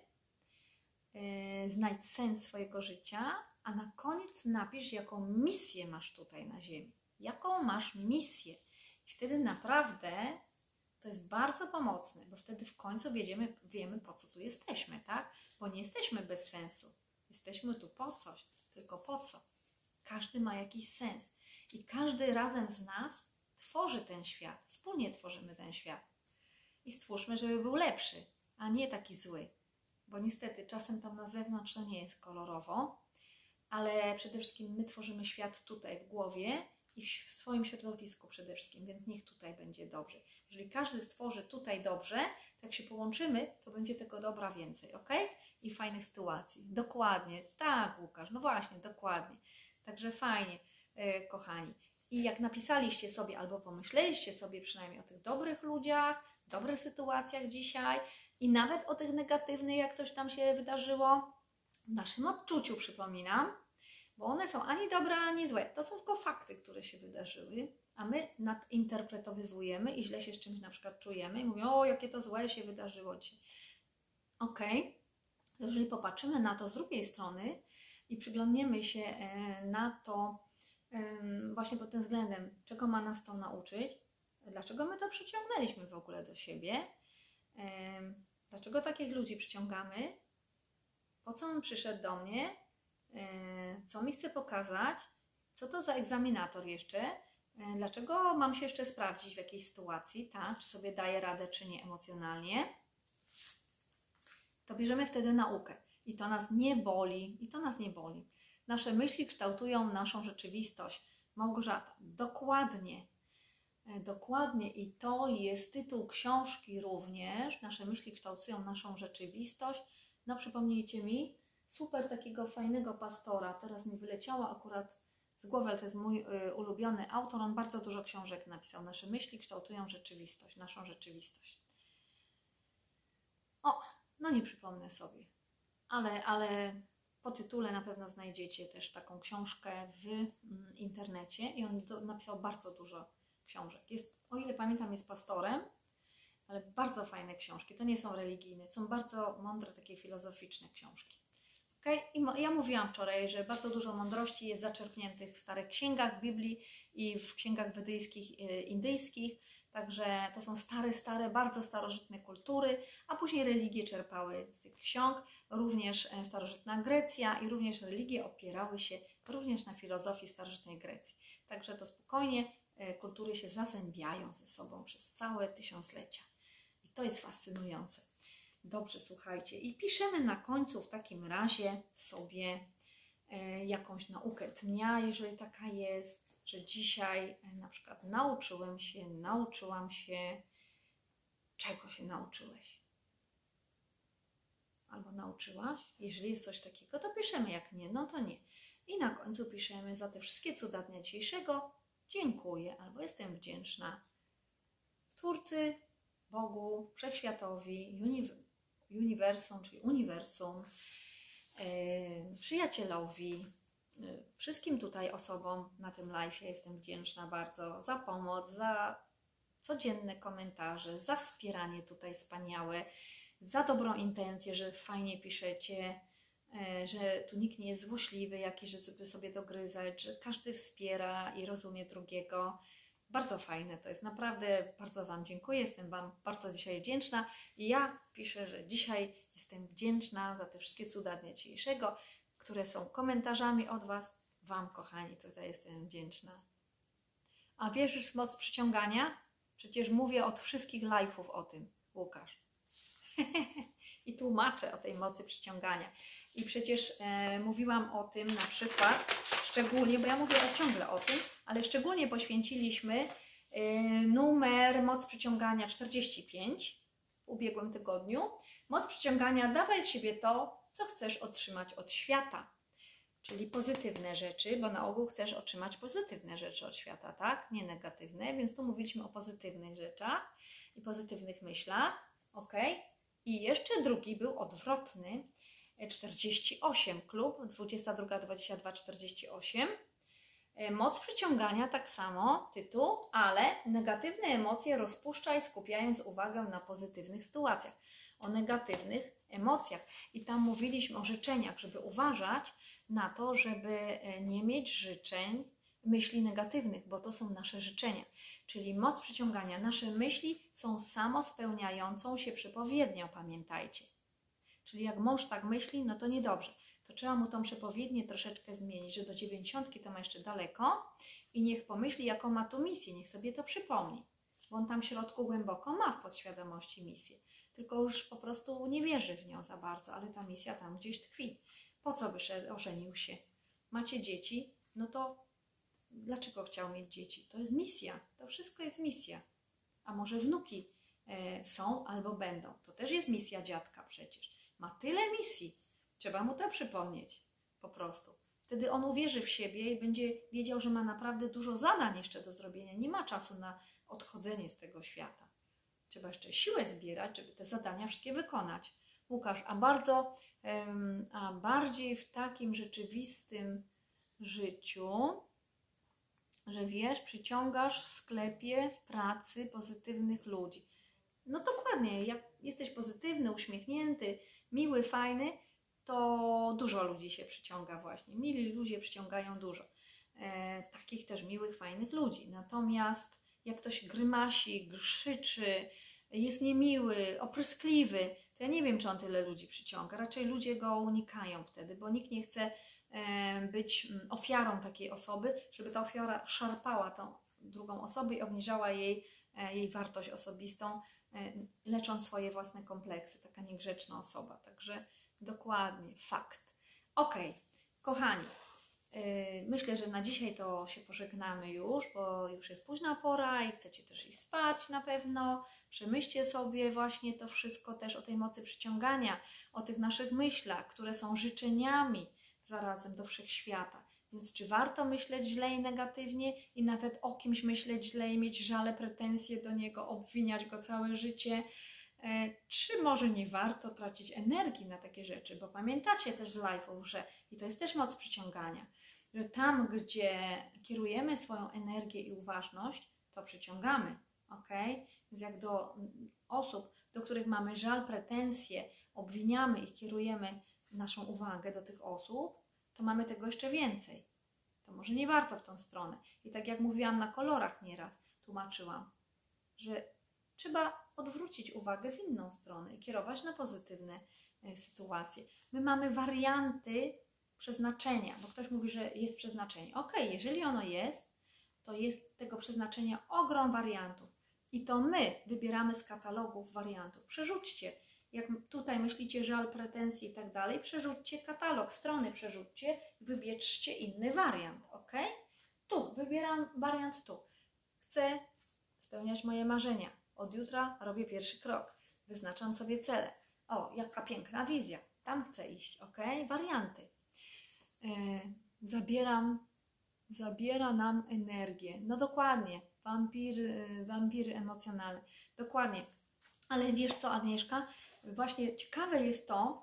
Znajdź sens swojego życia, a na koniec napisz, jaką misję masz tutaj na ziemi. Jaką masz misję. I wtedy naprawdę to jest bardzo pomocne, bo wtedy w końcu wiemy, wiemy, po co tu jesteśmy, tak? Bo nie jesteśmy bez sensu. Jesteśmy tu po coś, tylko po co? Każdy ma jakiś sens. I każdy razem z nas tworzy ten świat. Wspólnie tworzymy ten świat. I stwórzmy, żeby był lepszy, a nie taki zły. Bo niestety czasem tam na zewnątrz to nie jest kolorowo, ale przede wszystkim my tworzymy świat tutaj w głowie i w swoim środowisku przede wszystkim, więc niech tutaj będzie dobrze. Jeżeli każdy stworzy tutaj dobrze, to jak się połączymy, to będzie tego dobra więcej, ok? I fajnych sytuacji. Dokładnie. Tak, Łukasz, no właśnie, dokładnie. Także fajnie, yy, kochani. I jak napisaliście sobie albo pomyśleliście sobie przynajmniej o tych dobrych ludziach, dobrych sytuacjach dzisiaj i nawet o tych negatywnych, jak coś tam się wydarzyło, w naszym odczuciu przypominam, bo one są ani dobre, ani złe. To są tylko fakty, które się wydarzyły, a my nadinterpretowujemy i źle się z czymś na przykład czujemy i mówimy, o jakie to złe się wydarzyło dzisiaj. Ok, jeżeli popatrzymy na to z drugiej strony i przyglądniemy się na to właśnie pod tym względem, czego ma nas to nauczyć, dlaczego my to przyciągnęliśmy w ogóle do siebie, dlaczego takich ludzi przyciągamy, po co on przyszedł do mnie, co mi chce pokazać, co to za egzaminator jeszcze, dlaczego mam się jeszcze sprawdzić w jakiejś sytuacji, tak? Czy sobie daję radę, czy nie emocjonalnie, to bierzemy wtedy naukę. I to nas nie boli, i to nas nie boli. Nasze myśli kształtują naszą rzeczywistość. Małgorzata, dokładnie, dokładnie i to jest tytuł książki również. Nasze myśli kształtują naszą rzeczywistość. No przypomnijcie mi, super takiego fajnego pastora, teraz mi wyleciało akurat z głowy, ale to jest mój y, ulubiony autor, on bardzo dużo książek napisał. Nasze myśli kształtują rzeczywistość, naszą rzeczywistość. O, no nie przypomnę sobie, ale, ale po tytule na pewno znajdziecie też taką książkę w mm, internecie i on do, napisał bardzo dużo książek. Jest, o ile pamiętam, jest pastorem, ale bardzo fajne książki. To nie są religijne, są bardzo mądre, takie filozoficzne książki. Okay? I ja mówiłam wczoraj, że bardzo dużo mądrości jest zaczerpniętych w starych księgach, w Biblii i w księgach wedyjskich, indyjskich. Także to są stare, stare, bardzo starożytne kultury, a później religie czerpały z tych ksiąg. Również starożytna Grecja i również religie opierały się również na filozofii starożytnej Grecji. Także to spokojnie kultury się zazębiają ze sobą przez całe tysiąclecia. I to jest fascynujące. Dobrze, słuchajcie. I piszemy na końcu w takim razie sobie e, jakąś naukę dnia, jeżeli taka jest, że dzisiaj e, na przykład nauczyłem się, nauczyłam się, czego się nauczyłeś. Albo nauczyłaś. Jeżeli jest coś takiego, to piszemy, jak nie, no to nie. I na końcu piszemy: za te wszystkie cuda dnia dzisiejszego dziękuję, albo jestem wdzięczna Stwórcy, Bogu, Wszechświatowi, uniwersum, uniwersum, czyli uniwersum, yy, przyjacielowi, yy, wszystkim tutaj osobom na tym live'ie jestem wdzięczna bardzo za pomoc, za codzienne komentarze, za wspieranie tutaj wspaniałe, za dobrą intencję, że fajnie piszecie, yy, że tu nikt nie jest złośliwy jakiś, żeby sobie dogryzać, że każdy wspiera i rozumie drugiego. Bardzo fajne to jest, naprawdę bardzo Wam dziękuję, jestem Wam bardzo dzisiaj wdzięczna i ja piszę, że dzisiaj jestem wdzięczna za te wszystkie cuda dnia dzisiejszego, które są komentarzami od Was. Wam, kochani, tutaj jestem wdzięczna. A wierzysz w moc przyciągania? Przecież mówię od wszystkich live'ów o tym, Łukasz. I tłumaczę o tej mocy przyciągania. I przecież e, mówiłam o tym na przykład szczególnie, bo ja mówię ciągle o tym, ale szczególnie poświęciliśmy y, numer moc przyciągania czterdzieści pięć w ubiegłym tygodniu. Moc przyciągania: dawaj z siebie to, co chcesz otrzymać od świata. Czyli pozytywne rzeczy, bo na ogół chcesz otrzymać pozytywne rzeczy od świata, tak? Nie negatywne, więc tu mówiliśmy o pozytywnych rzeczach i pozytywnych myślach, ok? I jeszcze drugi był odwrotny, czterdzieści osiem, klub dwudziesta druga, dwudziesta druga, czterdzieści osiem. Moc przyciągania, tak samo tytuł, ale negatywne emocje rozpuszczaj, skupiając uwagę na pozytywnych sytuacjach. O negatywnych emocjach. I tam mówiliśmy o życzeniach, żeby uważać na to, żeby nie mieć życzeń, myśli negatywnych, bo to są nasze życzenia. Czyli moc przyciągania, nasze myśli są samospełniającą się przepowiednią, pamiętajcie. Czyli jak mąż tak myśli, no to niedobrze. To trzeba mu tą przepowiednię troszeczkę zmienić, że do dziewięćdziesiątki to ma jeszcze daleko i niech pomyśli, jaką ma tu misję, niech sobie to przypomni. Bo on tam w środku głęboko ma w podświadomości misję, tylko już po prostu nie wierzy w nią za bardzo, ale ta misja tam gdzieś tkwi. Po co wyszedł, ożenił się? Macie dzieci? No to dlaczego chciał mieć dzieci? To jest misja, to wszystko jest misja. A może wnuki e, są albo będą? To też jest misja dziadka przecież. Ma tyle misji. Trzeba mu to przypomnieć po prostu. Wtedy on uwierzy w siebie i będzie wiedział, że ma naprawdę dużo zadań jeszcze do zrobienia. Nie ma czasu na odchodzenie z tego świata. Trzeba jeszcze siłę zbierać, żeby te zadania wszystkie wykonać. Łukasz, a bardzo, um, a bardziej w takim rzeczywistym życiu, że wiesz, przyciągasz w sklepie, w pracy pozytywnych ludzi. No dokładnie, jak jesteś pozytywny, uśmiechnięty, miły, fajny, to dużo ludzi się przyciąga właśnie. Mili ludzie przyciągają dużo. E, takich też miłych, fajnych ludzi. Natomiast jak ktoś grymasi, krzyczy, jest niemiły, opryskliwy, to ja nie wiem, czy on tyle ludzi przyciąga. Raczej ludzie go unikają wtedy, bo nikt nie chce e, być ofiarą takiej osoby, żeby ta ofiara szarpała tą drugą osobę i obniżała jej, e, jej wartość osobistą, e, lecząc swoje własne kompleksy. Taka niegrzeczna osoba. Także dokładnie, fakt. Ok, kochani, yy, myślę, że na dzisiaj to się pożegnamy już, bo już jest późna pora i chcecie też iść spać na pewno. Przemyślcie sobie właśnie to wszystko też o tej mocy przyciągania, o tych naszych myślach, które są życzeniami zarazem do wszechświata. Więc czy warto myśleć źle i negatywnie i nawet o kimś myśleć źle i mieć żale, pretensje do niego, obwiniać go całe życie? Czy może nie warto tracić energii na takie rzeczy, bo pamiętacie też z live'ów, że i to jest też moc przyciągania, że tam, gdzie kierujemy swoją energię i uważność, to przyciągamy, ok? Więc jak do osób, do których mamy żal, pretensje, obwiniamy ich, kierujemy naszą uwagę do tych osób, to mamy tego jeszcze więcej. To może nie warto w tą stronę. I tak jak mówiłam na kolorach nieraz, tłumaczyłam, że trzeba odwrócić uwagę w inną stronę i kierować na pozytywne y, sytuacje. My mamy warianty przeznaczenia, bo ktoś mówi, że jest przeznaczenie. Ok, jeżeli ono jest, to jest tego przeznaczenia ogrom wariantów. I to my wybieramy z katalogów wariantów. Przerzućcie. Jak tutaj myślicie żal, pretensje i tak dalej, przerzućcie katalog, strony przerzućcie, wybierzcie inny wariant, ok? Tu, wybieram wariant tu. Chcę spełniać moje marzenia. Od jutra robię pierwszy krok. Wyznaczam sobie cele. O, jaka piękna wizja. Tam chcę iść, ok? Warianty. Yy, zabieram, zabiera nam energię. No dokładnie. Wampir, yy, wampiry emocjonalne. Dokładnie. Ale wiesz co, Agnieszka? Właśnie ciekawe jest to,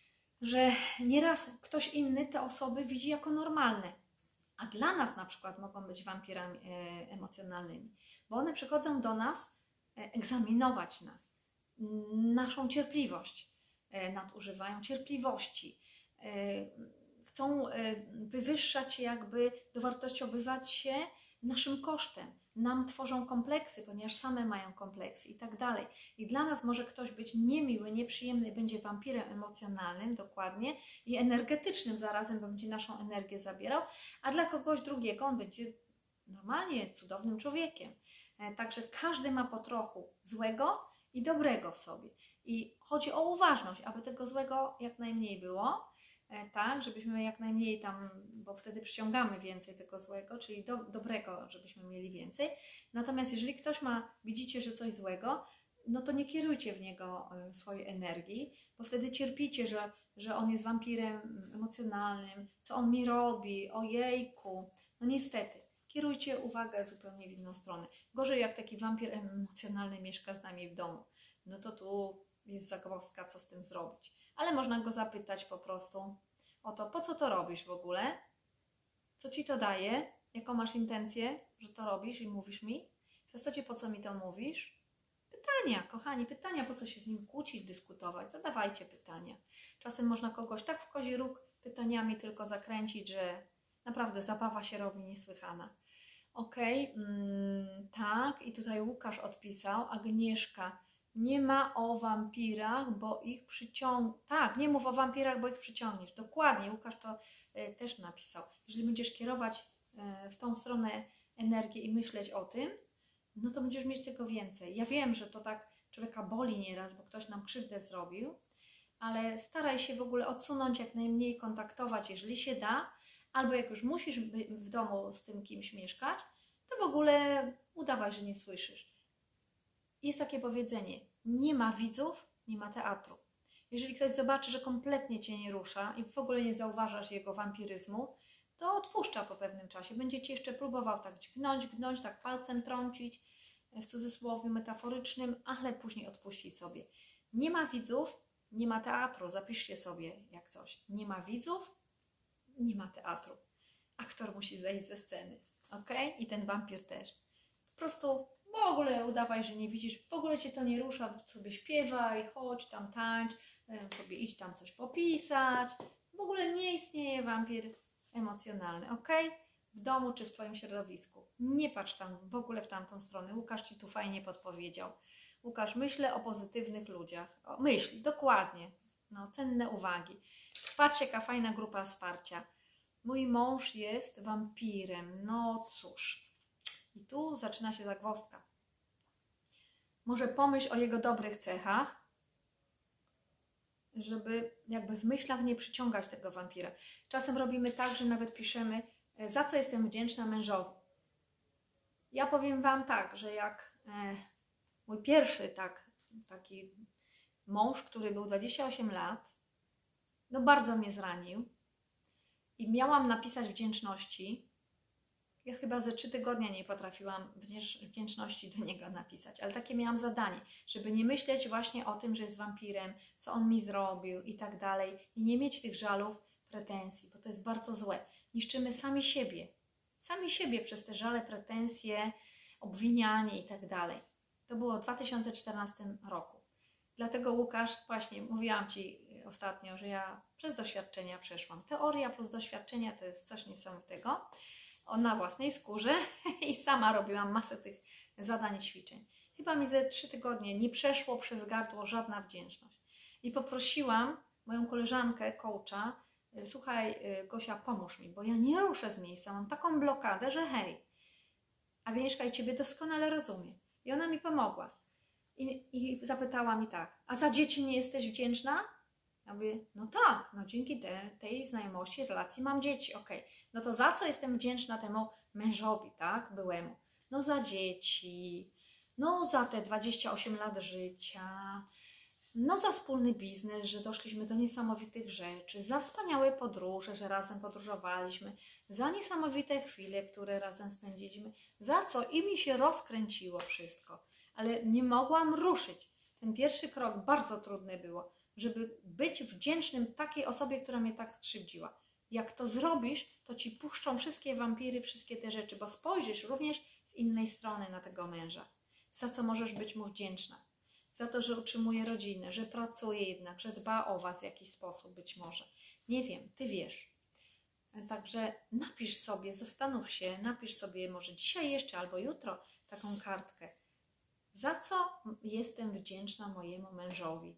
że nieraz ktoś inny te osoby widzi jako normalne. A dla nas na przykład mogą być wampirami e, emocjonalnymi. Bo one przychodzą do nas e, egzaminować nas. Naszą cierpliwość. E, nadużywają cierpliwości. E, chcą e, wywyższać się, jakby dowartościowywać się naszym kosztem. Nam tworzą kompleksy, ponieważ same mają kompleksy i tak dalej. I dla nas może ktoś być niemiły, nieprzyjemny, będzie wampirem emocjonalnym, dokładnie, i energetycznym zarazem, bo będzie naszą energię zabierał, a dla kogoś drugiego on będzie normalnie cudownym człowiekiem. Także każdy ma po trochu złego i dobrego w sobie. I chodzi o uważność, aby tego złego jak najmniej było, tak, żebyśmy jak najmniej tam, bo wtedy przyciągamy więcej tego złego, czyli do, dobrego, żebyśmy mieli więcej. Natomiast jeżeli ktoś ma, widzicie, że coś złego, no to nie kierujcie w niego swojej energii, bo wtedy cierpicie, że, że on jest wampirem emocjonalnym, co on mi robi, ojejku. No niestety, kierujcie uwagę zupełnie w inną stronę. Gorzej jak taki wampir emocjonalny mieszka z nami w domu, no to tu jest zagwozdka, co z tym zrobić. Ale można go zapytać po prostu o to, po co to robisz w ogóle? Co ci to daje? Jaką masz intencję, że to robisz i mówisz mi? W zasadzie po co mi to mówisz? Pytania, kochani, pytania, po co się z nim kłócić, dyskutować? Zadawajcie pytania. Czasem można kogoś tak w kozi róg pytaniami tylko zakręcić, że naprawdę zabawa się robi niesłychana. Okej, okay, mm, tak, i tutaj Łukasz odpisał, Agnieszka, nie ma o wampirach, bo ich przyciągniesz. Tak, nie mów o wampirach, bo ich przyciągniesz. Dokładnie, Łukasz to y, też napisał. Jeżeli będziesz kierować y, w tą stronę energię i myśleć o tym, no to będziesz mieć tego więcej. Ja wiem, że to tak człowieka boli nieraz, bo ktoś nam krzywdę zrobił, ale staraj się w ogóle odsunąć, jak najmniej kontaktować, jeżeli się da, albo jak już musisz w domu z tym kimś mieszkać, to w ogóle udawaj, że nie słyszysz. Jest takie powiedzenie, nie ma widzów, nie ma teatru. Jeżeli ktoś zobaczy, że kompletnie cię nie rusza i w ogóle nie zauważasz jego wampiryzmu, to odpuszcza po pewnym czasie. Będzie cię jeszcze próbował tak gnąć, gnąć, tak palcem trącić, w cudzysłowie metaforycznym, ale później odpuści sobie. Nie ma widzów, nie ma teatru. Zapiszcie sobie jak coś. Nie ma widzów, nie ma teatru. Aktor musi zejść ze sceny. Ok? I ten wampir też. Po prostu w ogóle udawaj, że nie widzisz, w ogóle cię to nie rusza, sobie śpiewaj, chodź tam tańcz, sobie idź tam coś popisać. W ogóle nie istnieje wampir emocjonalny, ok? W domu czy w twoim środowisku. Nie patrz tam w ogóle w tamtą stronę. Łukasz ci tu fajnie podpowiedział. Łukasz, myślę o pozytywnych ludziach. O, myśl, dokładnie. No, cenne uwagi. Patrzcie, jaka fajna grupa wsparcia. Mój mąż jest wampirem. No cóż. I tu zaczyna się zagwozdka. Może pomyśl o jego dobrych cechach, żeby jakby w myślach nie przyciągać tego wampira. Czasem robimy tak, że nawet piszemy, za co jestem wdzięczna mężowi. Ja powiem wam tak, że jak e, mój pierwszy tak, taki mąż, który był dwadzieścia osiem lat, no bardzo mnie zranił i miałam napisać wdzięczności, Ja chyba ze trzy tygodnie nie potrafiłam wdzięczności do niego napisać, ale takie miałam zadanie, żeby nie myśleć właśnie o tym, że jest wampirem, co on mi zrobił i tak dalej i nie mieć tych żalów, pretensji, bo to jest bardzo złe. Niszczymy sami siebie, sami siebie przez te żale, pretensje, obwinianie i tak dalej. To było w dwa tysiące czternastym roku. Dlatego Łukasz, właśnie mówiłam Ci ostatnio, że ja przez doświadczenia przeszłam. Teoria plus doświadczenia to jest coś niesamowitego. Na własnej skórze i sama robiłam masę tych zadań i ćwiczeń. Chyba mi ze trzy tygodnie nie przeszło przez gardło żadna wdzięczność. I poprosiłam moją koleżankę, coacha, słuchaj Gosia, pomóż mi, bo ja nie ruszę z miejsca, mam taką blokadę, że hej, Agnieszka i Ciebie doskonale rozumie. I ona mi pomogła. I, i zapytała mi tak, a za dzieci nie jesteś wdzięczna? Ja mówię, no tak, no dzięki te, tej znajomości, relacji mam dzieci, okej. Okay. No to za co jestem wdzięczna temu mężowi, tak, byłemu? No za dzieci, no za te dwadzieścia osiem lat życia, no za wspólny biznes, że doszliśmy do niesamowitych rzeczy, za wspaniałe podróże, że razem podróżowaliśmy, za niesamowite chwile, które razem spędziliśmy, za co i mi się rozkręciło wszystko, ale nie mogłam ruszyć. Ten pierwszy krok bardzo trudny było, żeby być wdzięcznym takiej osobie, która mnie tak skrzywdziła. Jak to zrobisz, to Ci puszczą wszystkie wampiry, wszystkie te rzeczy, bo spojrzysz również z innej strony na tego męża. Za co możesz być mu wdzięczna? Za to, że utrzymuje rodzinę, że pracuje jednak, że dba o Was w jakiś sposób być może. Nie wiem, Ty wiesz. Także napisz sobie, zastanów się, napisz sobie może dzisiaj jeszcze albo jutro taką kartkę. Za co jestem wdzięczna mojemu mężowi?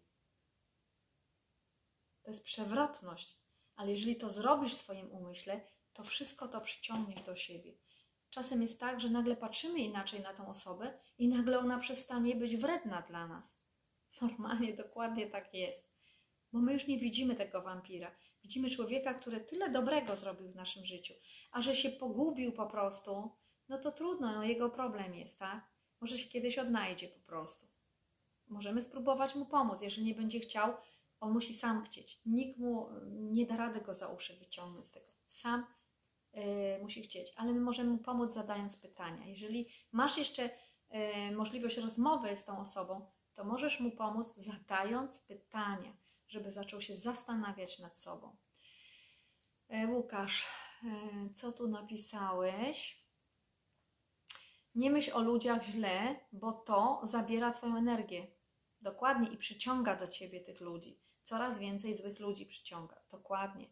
To jest przewrotność, ale jeżeli to zrobisz w swoim umyśle, to wszystko to przyciągniesz do siebie. Czasem jest tak, że nagle patrzymy inaczej na tą osobę i nagle ona przestanie być wredna dla nas. Normalnie, dokładnie tak jest. Bo my już nie widzimy tego wampira. Widzimy człowieka, który tyle dobrego zrobił w naszym życiu, a że się pogubił po prostu, no to trudno, no jego problem jest, tak? Może się kiedyś odnajdzie po prostu. Możemy spróbować mu pomóc, jeżeli nie będzie chciał, on musi sam chcieć. Nikt mu nie da rady go za uszy wyciągnąć z tego. Sam yy, musi chcieć, ale my możemy mu pomóc zadając pytania. Jeżeli masz jeszcze yy, możliwość rozmowy z tą osobą, to możesz mu pomóc zadając pytania, żeby zaczął się zastanawiać nad sobą. Yy, Łukasz, yy, co tu napisałeś? Nie myśl o ludziach źle, bo to zabiera Twoją energię. Dokładnie i przyciąga do Ciebie tych ludzi. Coraz więcej złych ludzi przyciąga. Dokładnie.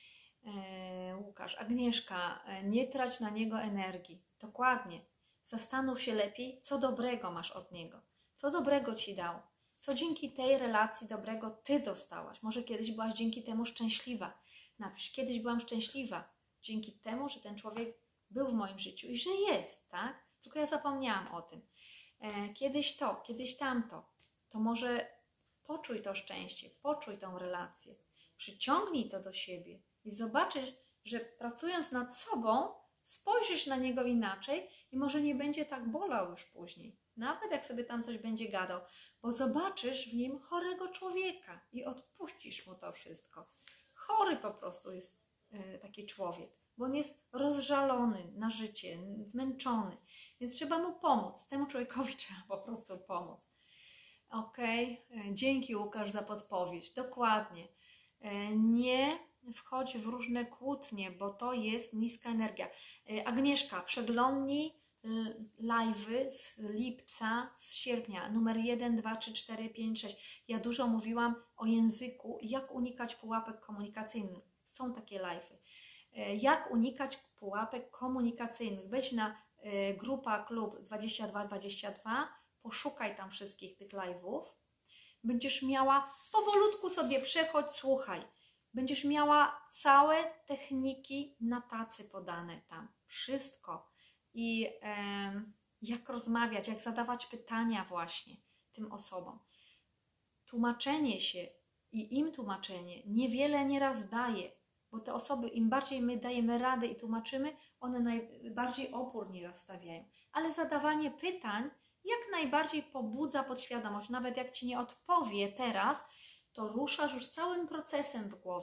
E, Łukasz, Agnieszka, nie trać na niego energii. Dokładnie. Zastanów się lepiej, co dobrego masz od niego. Co dobrego Ci dał. Co dzięki tej relacji dobrego Ty dostałaś. Może kiedyś byłaś dzięki temu szczęśliwa. Napisz, kiedyś byłam szczęśliwa. Dzięki temu, że ten człowiek był w moim życiu i że jest, tak? Tylko ja zapomniałam o tym. E, kiedyś to, kiedyś tamto. To może poczuj to szczęście, poczuj tą relację, przyciągnij to do siebie i zobaczysz, że pracując nad sobą spojrzysz na niego inaczej i może nie będzie tak bolał już później, nawet jak sobie tam coś będzie gadał, bo zobaczysz w nim chorego człowieka i odpuścisz mu to wszystko. Chory po prostu jest yy, taki człowiek, bo on jest rozżalony na życie, zmęczony, więc trzeba mu pomóc, temu człowiekowi trzeba po prostu pomóc. Okej, okay. Dzięki Łukasz za podpowiedź. Dokładnie. Nie wchodź w różne kłótnie, bo to jest niska energia. Agnieszka, przeglądnij live'y z lipca, z sierpnia, numer jeden, dwa, trzy, cztery, pięć, sześć. Ja dużo mówiłam o języku, jak unikać pułapek komunikacyjnych. Są takie live'y. Jak unikać pułapek komunikacyjnych. Wejdź na grupa klub dwadzieścia dwa dwadzieścia dwa, poszukaj tam wszystkich tych live'ów. Będziesz miała, powolutku sobie przechodź, słuchaj. Będziesz miała całe techniki na tacy podane tam. Wszystko. I e, jak rozmawiać, jak zadawać pytania właśnie tym osobom. Tłumaczenie się i im tłumaczenie niewiele nieraz daje, bo te osoby, im bardziej my dajemy radę i tłumaczymy, one najbardziej opór nieraz stawiają. Ale zadawanie pytań jak najbardziej pobudza podświadomość. Nawet jak Ci nie odpowie teraz, to ruszasz już całym procesem w głowie.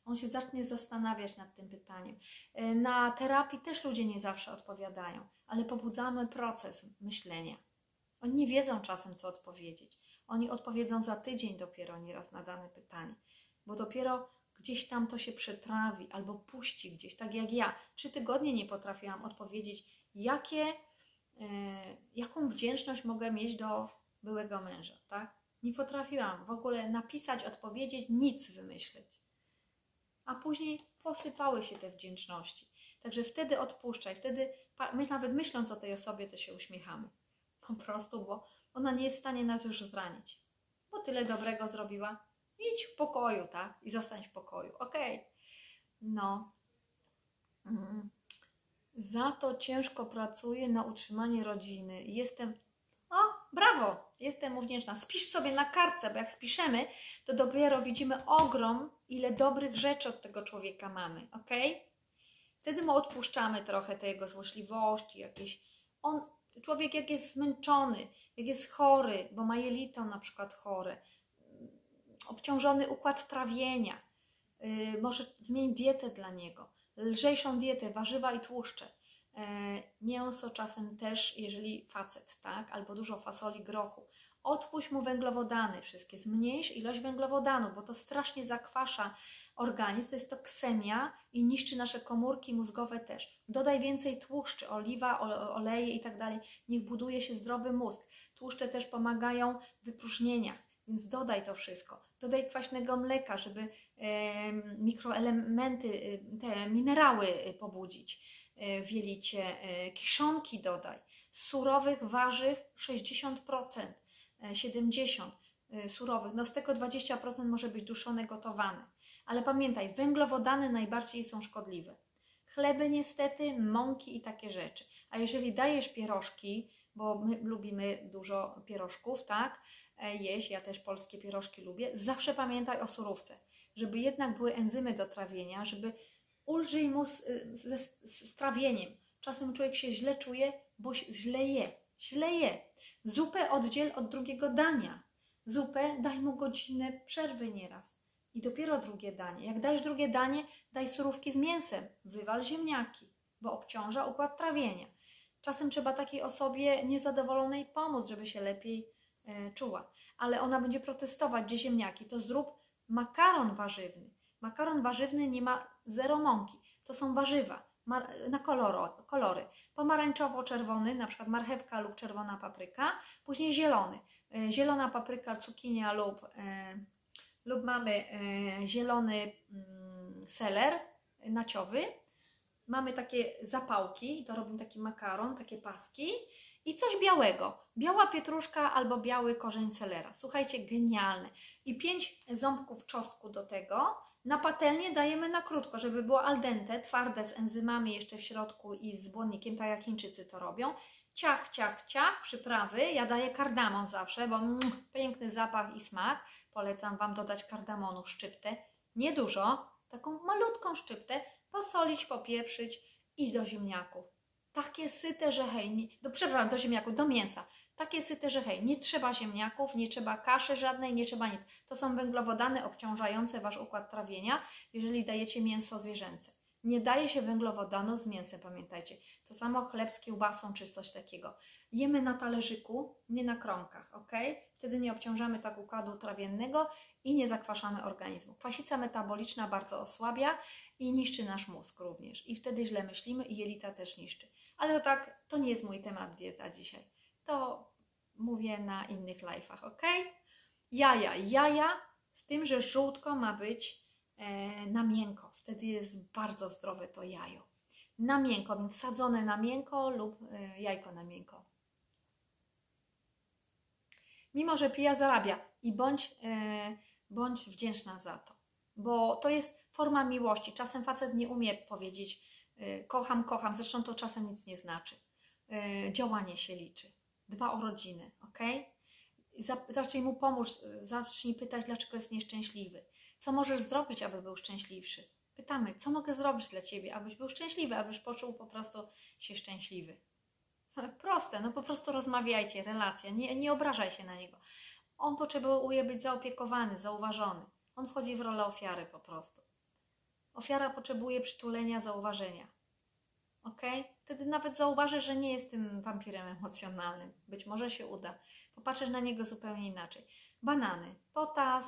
On się zacznie zastanawiać nad tym pytaniem. Na terapii też ludzie nie zawsze odpowiadają, ale pobudzamy proces myślenia. Oni nie wiedzą czasem, co odpowiedzieć. Oni odpowiedzą za tydzień dopiero nieraz na dane pytanie, bo dopiero gdzieś tam to się przetrawi albo puści gdzieś, tak jak ja. Trzy tygodnie nie potrafiłam odpowiedzieć, jakie, yy, jaką wdzięczność mogę mieć do byłego męża, tak? Nie potrafiłam w ogóle napisać, odpowiedzieć, nic wymyśleć. A później posypały się te wdzięczności. Także wtedy odpuszczaj, wtedy my nawet myśląc o tej osobie, to się uśmiechamy. Po prostu, bo ona nie jest w stanie nas już zranić. Bo tyle dobrego zrobiła. Idź w pokoju, tak? I zostań w pokoju. Okej. Okay. No. Mm. Za to ciężko pracuję na utrzymanie rodziny. Jestem... O, brawo! Jestem mu wdzięczna. Spisz sobie na kartce, bo jak spiszemy, to dopiero widzimy ogrom, ile dobrych rzeczy od tego człowieka mamy. Okej? Okay? Wtedy mu odpuszczamy trochę tej jego złośliwości, jakieś... On... Człowiek jak jest zmęczony, jak jest chory, bo ma jelito na przykład chore, obciążony układ trawienia, yy, może zmień dietę dla niego, lżejszą dietę, warzywa i tłuszcze, yy, mięso czasem też, jeżeli facet, tak, albo dużo fasoli, grochu. Odpuść mu węglowodany wszystkie, zmniejsz ilość węglowodanów, bo to strasznie zakwasza organizm, to jest toksemia i niszczy nasze komórki mózgowe też. Dodaj więcej tłuszczy, oliwa, oleje i tak dalej, niech buduje się zdrowy mózg. Tłuszcze też pomagają w wypróżnieniach, więc dodaj to wszystko. Dodaj kwaśnego mleka, żeby e, mikroelementy, te minerały pobudzić e, w jelicie. E, kiszonki dodaj. Surowych warzyw sześćdziesiąt procent, siedemdziesiąt procent surowych. No z tego dwadzieścia procent może być duszone, gotowane. Ale pamiętaj, węglowodany najbardziej są szkodliwe. Chleby niestety, mąki i takie rzeczy. A jeżeli dajesz pierożki, bo my lubimy dużo pierożków, tak, jeść, ja też polskie pierożki lubię, zawsze pamiętaj o surówce, żeby jednak były enzymy do trawienia, żeby ulżyj mu z, z, z trawieniem. Czasem człowiek się źle czuje, bo źle je, źle je. Zupę oddziel od drugiego dania. Zupę daj mu godzinę przerwy nieraz. I dopiero drugie danie. Jak dajesz drugie danie, daj surówki z mięsem. Wywal ziemniaki, bo obciąża układ trawienia. Czasem trzeba takiej osobie niezadowolonej pomóc, żeby się lepiej e, czuła. Ale ona będzie protestować, gdzie ziemniaki. To zrób makaron warzywny. Makaron warzywny nie ma zero mąki. To są warzywa na koloro, kolory. Pomarańczowo-czerwony, na przykład marchewka lub czerwona papryka. Później zielony. E, zielona papryka, cukinia lub... E, lub mamy e, zielony mm, seler naciowy, mamy takie zapałki, to robimy taki makaron, takie paski i coś białego, biała pietruszka albo biały korzeń selera. Słuchajcie, genialne. I pięć ząbków czosnku do tego. Na patelnię dajemy na krótko, żeby było al dente, twarde z enzymami jeszcze w środku i z błonnikiem, tak jak Chińczycy to robią. Ciach, ciach, ciach, przyprawy. Ja daję kardamon zawsze, bo mm, piękny zapach i smak. Polecam Wam dodać kardamonu szczyptę. Niedużo, taką malutką szczyptę. Posolić, popieprzyć i do ziemniaków. Takie syte, że hej, nie, do, przepraszam, do ziemniaków, do mięsa. Takie syte, że hej, nie trzeba ziemniaków, nie trzeba kaszy żadnej, nie trzeba nic. To są węglowodany obciążające Wasz układ trawienia, jeżeli dajecie mięso zwierzęce. Nie daje się węglowodanów z mięsem, pamiętajcie. To samo chleb z kiełbasą czy coś takiego. Jemy na talerzyku, nie na kromkach, ok? Wtedy nie obciążamy tak układu trawiennego i nie zakwaszamy organizmu. Kwasica metaboliczna bardzo osłabia i niszczy nasz mózg również. I wtedy źle myślimy i jelita też niszczy. Ale to tak, to nie jest mój temat dieta dzisiaj. To mówię na innych live'ach, ok? Jaja, jaja z tym, że żółtko ma być e, na miękko. Wtedy jest bardzo zdrowe to jajo. Na miękko, więc sadzone na miękko lub e, jajko na miękko. Mimo, że pija zarabia i bądź, e, bądź wdzięczna za to. Bo to jest forma miłości. Czasem facet nie umie powiedzieć e, kocham, kocham. Zresztą to czasem nic nie znaczy. E, działanie się liczy. Dba o rodzinę, ok? Raczej mu pomóż, zacznij pytać, dlaczego jest nieszczęśliwy. Co możesz zrobić, aby był szczęśliwszy? Pytamy, co mogę zrobić dla Ciebie, abyś był szczęśliwy, abyś poczuł po prostu się szczęśliwy. Proste, no po prostu rozmawiajcie, relacja, nie, nie obrażaj się na niego. On potrzebuje być zaopiekowany, zauważony. On wchodzi w rolę ofiary po prostu. Ofiara potrzebuje przytulenia, zauważenia. Ok? Wtedy nawet zauważy, że nie jest tym wampirem emocjonalnym. Być może się uda. Popatrzysz na niego zupełnie inaczej. Banany, potas,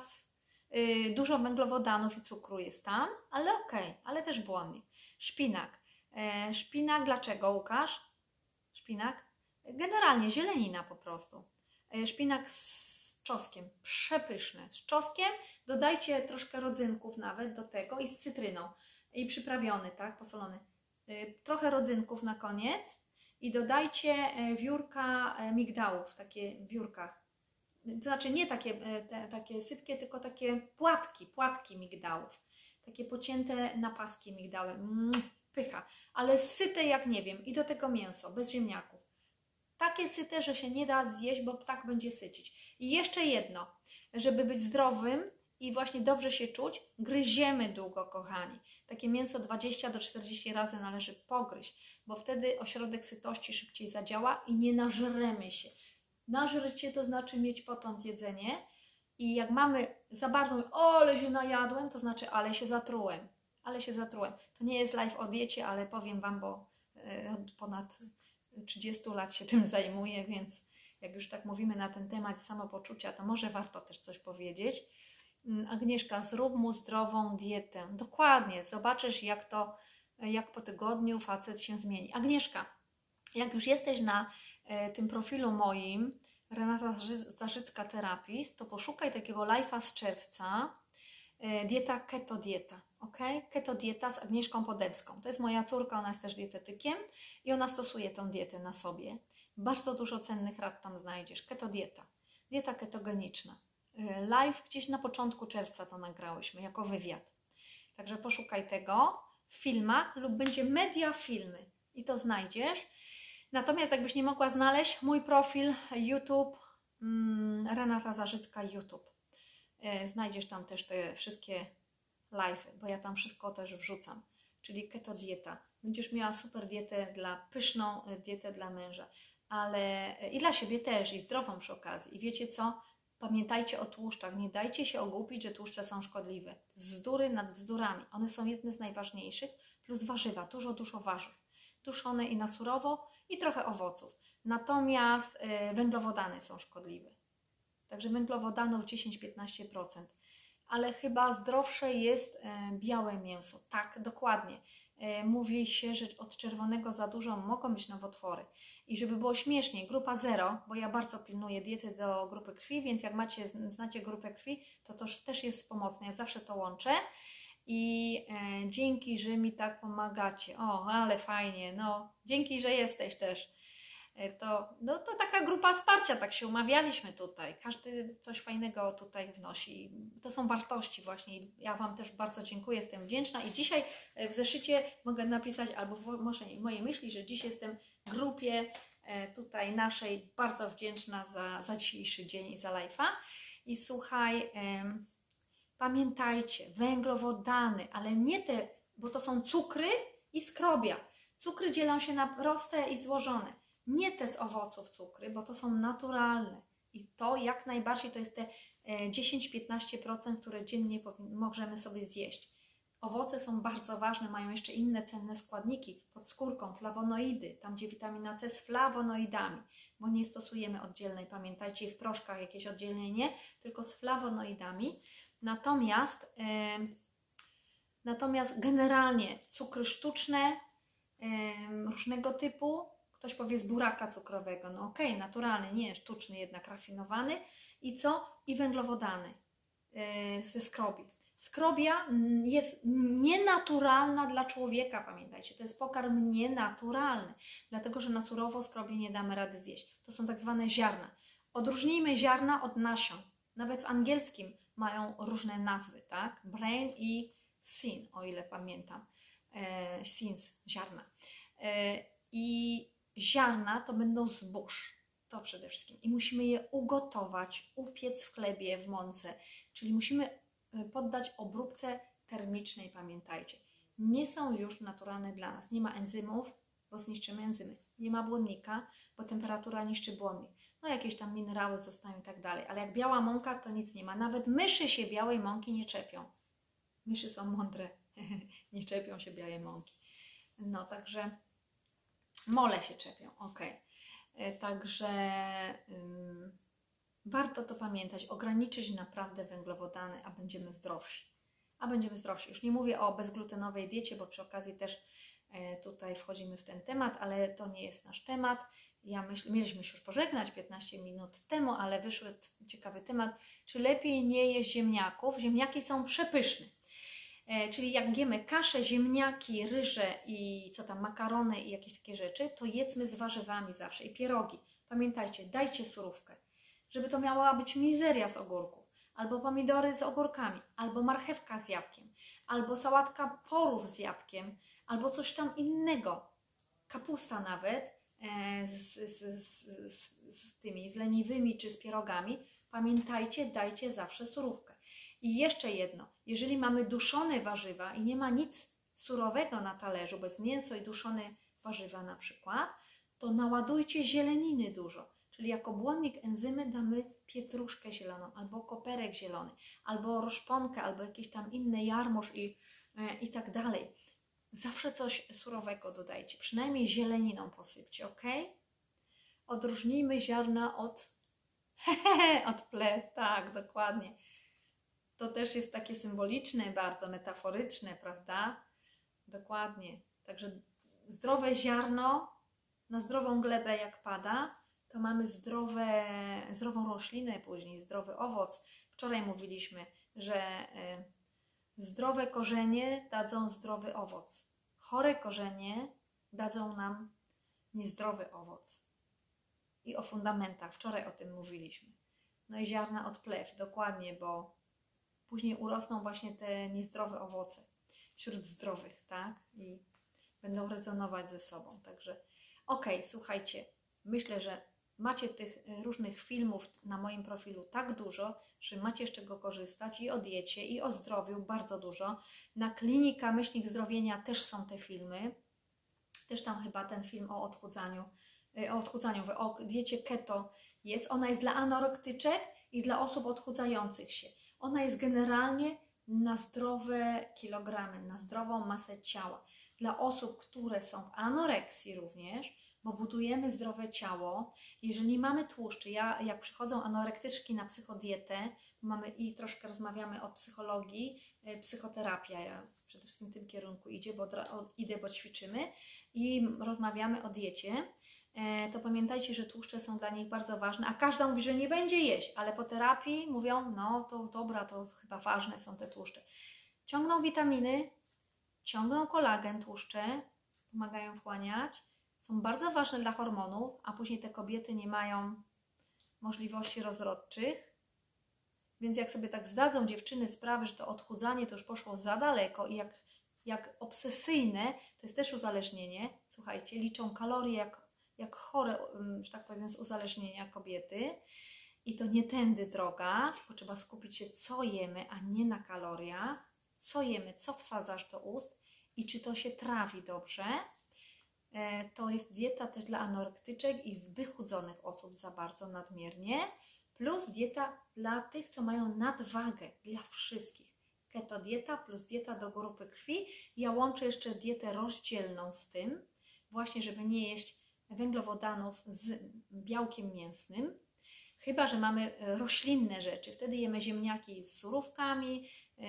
yy, dużo węglowodanów i cukru jest tam, ale ok, ale też błonnik. Szpinak. E, szpinak dlaczego, Łukasz? Szpinak? Generalnie zielenina po prostu. E, szpinak z czosnkiem, przepyszne. Z czosnkiem dodajcie troszkę rodzynków nawet do tego i z cytryną. I przyprawiony, tak, posolony. Trochę rodzynków na koniec i dodajcie wiórka migdałów, takie w wiórkach. To znaczy nie takie, te, takie sypkie, tylko takie płatki, płatki migdałów. Takie pocięte na paski migdały. Mm, pycha. Ale syte jak nie wiem. I do tego mięso, bez ziemniaków. Takie syte, że się nie da zjeść, bo ptak będzie sycić. I jeszcze jedno, żeby być zdrowym i właśnie dobrze się czuć, gryziemy długo, kochani. Takie mięso dwadzieścia do czterdziestu razy należy pogryźć, bo wtedy ośrodek sytości szybciej zadziała i nie nażremy się. Nażreć się to znaczy mieć potąd jedzenie i jak mamy za bardzo, o, ale się najadłem, to znaczy ale się zatrułem. Ale się zatrułem. To nie jest live o diecie, ale powiem Wam, bo od ponad trzydziestu lat się tym zajmuję, więc jak już tak mówimy na ten temat samopoczucia, to może warto też coś powiedzieć. Agnieszka, zrób mu zdrową dietę. Dokładnie, zobaczysz jak to, jak po tygodniu facet się zmieni. Agnieszka, jak już jesteś na e, tym profilu moim, Renata Zarzycka Terapist, to poszukaj takiego live'a z czerwca, e, dieta keto dieta, ok? Keto dieta z Agnieszką Podebską. To jest moja córka, ona jest też dietetykiem i ona stosuje tą dietę na sobie. Bardzo dużo cennych rad tam znajdziesz. Keto dieta, dieta ketogeniczna. Live gdzieś na początku czerwca to nagrałyśmy jako wywiad. Także poszukaj tego w filmach lub będzie media filmy i to znajdziesz. Natomiast jakbyś nie mogła znaleźć, mój profil YouTube, hmm, Renata Zarzycka YouTube. Znajdziesz tam też te wszystkie live'y, bo ja tam wszystko też wrzucam. Czyli keto dieta. Będziesz miała super dietę dla, pyszną dietę dla męża, ale i dla siebie też i zdrową przy okazji. I wiecie co? Pamiętajcie o tłuszczach, nie dajcie się ogłupić, że tłuszcze są szkodliwe. Bzdury nad bzdurami. One są jedne z najważniejszych, plus warzywa, dużo, dużo warzyw. Duszone i na surowo i trochę owoców. Natomiast y, węglowodany są szkodliwe. Także węglowodanów dziesięć do piętnastu procent. Ale chyba zdrowsze jest y, białe mięso. Tak, dokładnie. Y, mówi się, że od czerwonego za dużo mogą być nowotwory. I żeby było śmieszniej, grupa zero, bo ja bardzo pilnuję diety do grupy krwi, więc jak macie, znacie grupę krwi, to to też jest pomocne. Ja zawsze to łączę i e, dzięki, że mi tak pomagacie. O, ale fajnie, no, dzięki, że jesteś też. E, to, no, to taka grupa wsparcia, tak się umawialiśmy tutaj. Każdy coś fajnego tutaj wnosi. To są wartości właśnie. Ja Wam też bardzo dziękuję, jestem wdzięczna i dzisiaj w zeszycie mogę napisać, albo w mojej myśli, że dziś jestem w grupie tutaj naszej bardzo wdzięczna za, za dzisiejszy dzień i za live'a. I słuchaj, em, pamiętajcie, węglowodany, ale nie te, bo to są cukry i skrobia. Cukry dzielą się na proste i złożone. Nie te z owoców cukry, bo to są naturalne. I to jak najbardziej to jest te dziesięć do piętnastu procent, które dziennie możemy sobie zjeść. Owoce są bardzo ważne, mają jeszcze inne cenne składniki pod skórką, flawonoidy, tam gdzie witamina C z flawonoidami, bo nie stosujemy oddzielnej, pamiętajcie, w proszkach jakieś oddzielenie, tylko z flawonoidami. Natomiast, e, natomiast generalnie cukry sztuczne, e, różnego typu, ktoś powie z buraka cukrowego, no okej, okay, naturalny, nie sztuczny, jednak rafinowany. I co? I węglowodany e, ze skrobi. Skrobia jest nienaturalna dla człowieka, pamiętajcie, to jest pokarm nienaturalny, dlatego że na surowo skrobi nie damy rady zjeść. To są tak zwane ziarna. Odróżnijmy ziarna od nasion. Nawet w angielskim mają różne nazwy, tak? Brain i sin, o ile pamiętam. E, sins, ziarna. E, I ziarna to będą zbóż. To przede wszystkim. I musimy je ugotować, upiec w chlebie, w mące. Czyli musimy poddać obróbce termicznej, pamiętajcie. Nie są już naturalne dla nas. Nie ma enzymów, bo zniszczymy enzymy. Nie ma błonnika, bo temperatura niszczy błonnik. No jakieś tam minerały zostają i tak dalej. Ale jak biała mąka, to nic nie ma. Nawet myszy się białej mąki nie czepią. Myszy są mądre. Nie czepią się białej mąki. No, także mole się czepią, ok. Także ym, warto to pamiętać, ograniczyć naprawdę węglowodany, a będziemy zdrowsi. A będziemy zdrowsi. Już nie mówię o bezglutenowej diecie, bo przy okazji też e, tutaj wchodzimy w ten temat, ale to nie jest nasz temat. Ja myśl, mieliśmy się już pożegnać piętnaście minut temu, ale wyszły ciekawy temat. Czy lepiej nie jeść ziemniaków? Ziemniaki są przepyszne. E, czyli jak jemy kaszę, ziemniaki, ryże i co tam, makarony i jakieś takie rzeczy, to jedzmy z warzywami zawsze i pierogi. Pamiętajcie, dajcie surówkę, żeby to miała być mizeria z ogórków, albo pomidory z ogórkami, albo marchewka z jabłkiem, albo sałatka porów z jabłkiem, albo coś tam innego. Kapusta nawet e, z, z, z, z, z tymi, z leniwymi czy z pierogami. Pamiętajcie, dajcie zawsze surówkę. I jeszcze jedno, jeżeli mamy duszone warzywa i nie ma nic surowego na talerzu, bo jest mięso i duszone warzywa na przykład, to naładujcie zieleniny dużo. Czyli jako błonnik enzymy damy pietruszkę zieloną, albo koperek zielony, albo roszponkę, albo jakiś tam inny jarmuż i, e, i tak dalej. Zawsze coś surowego dodajcie, przynajmniej zieleniną posypcie, ok? Odróżnijmy ziarna od, od plew, tak, dokładnie. To też jest takie symboliczne, bardzo metaforyczne, prawda? Dokładnie. Także zdrowe ziarno na zdrową glebę jak pada, to mamy zdrowe, zdrową roślinę później, zdrowy owoc. Wczoraj mówiliśmy, że y, zdrowe korzenie dadzą zdrowy owoc. Chore korzenie dadzą nam niezdrowy owoc. I o fundamentach. Wczoraj o tym mówiliśmy. No i ziarna od plew, dokładnie, bo później urosną właśnie te niezdrowe owoce wśród zdrowych, tak? I będą rezonować ze sobą. Także okej, okay, słuchajcie, myślę, że macie tych różnych filmów na moim profilu tak dużo, że macie z czego korzystać i o diecie, i o zdrowiu bardzo dużo. Na Klinika Myślnik Zdrowienia też są te filmy. Też tam chyba ten film o odchudzaniu, o odchudzaniu, o diecie keto jest. Ona jest dla anorektyczek i dla osób odchudzających się. Ona jest generalnie na zdrowe kilogramy, na zdrową masę ciała. Dla osób, które są w anoreksji również, bo budujemy zdrowe ciało. Jeżeli mamy tłuszczy, ja, jak przychodzą anorektyczki na psychodietę, mamy i troszkę rozmawiamy o psychologii, psychoterapia, ja przede wszystkim w tym kierunku idzie, bo, idę, bo ćwiczymy i rozmawiamy o diecie, to pamiętajcie, że tłuszcze są dla nich bardzo ważne, a każda mówi, że nie będzie jeść, ale po terapii mówią, no to dobra, to chyba ważne są te tłuszcze. Ciągną witaminy, ciągną kolagen, tłuszcze, pomagają wchłaniać, są bardzo ważne dla hormonów, a później te kobiety nie mają możliwości rozrodczych, więc jak sobie tak zdadzą dziewczyny sprawę, że to odchudzanie to już poszło za daleko i jak, jak obsesyjne, to jest też uzależnienie, słuchajcie, liczą kalorie jak jak chore, że tak powiem, z uzależnienia kobiety i to nie tędy droga, bo trzeba skupić się, co jemy, a nie na kaloriach, co jemy, co wsadzasz do ust i czy to się trawi dobrze. To jest dieta też dla anorektyczek i wychudzonych osób za bardzo nadmiernie, plus dieta dla tych, co mają nadwagę, dla wszystkich. Keto dieta plus dieta do grupy krwi. Ja łączę jeszcze dietę rozdzielną z tym, właśnie żeby nie jeść węglowodanów z białkiem mięsnym, chyba że mamy roślinne rzeczy. Wtedy jemy ziemniaki z surówkami,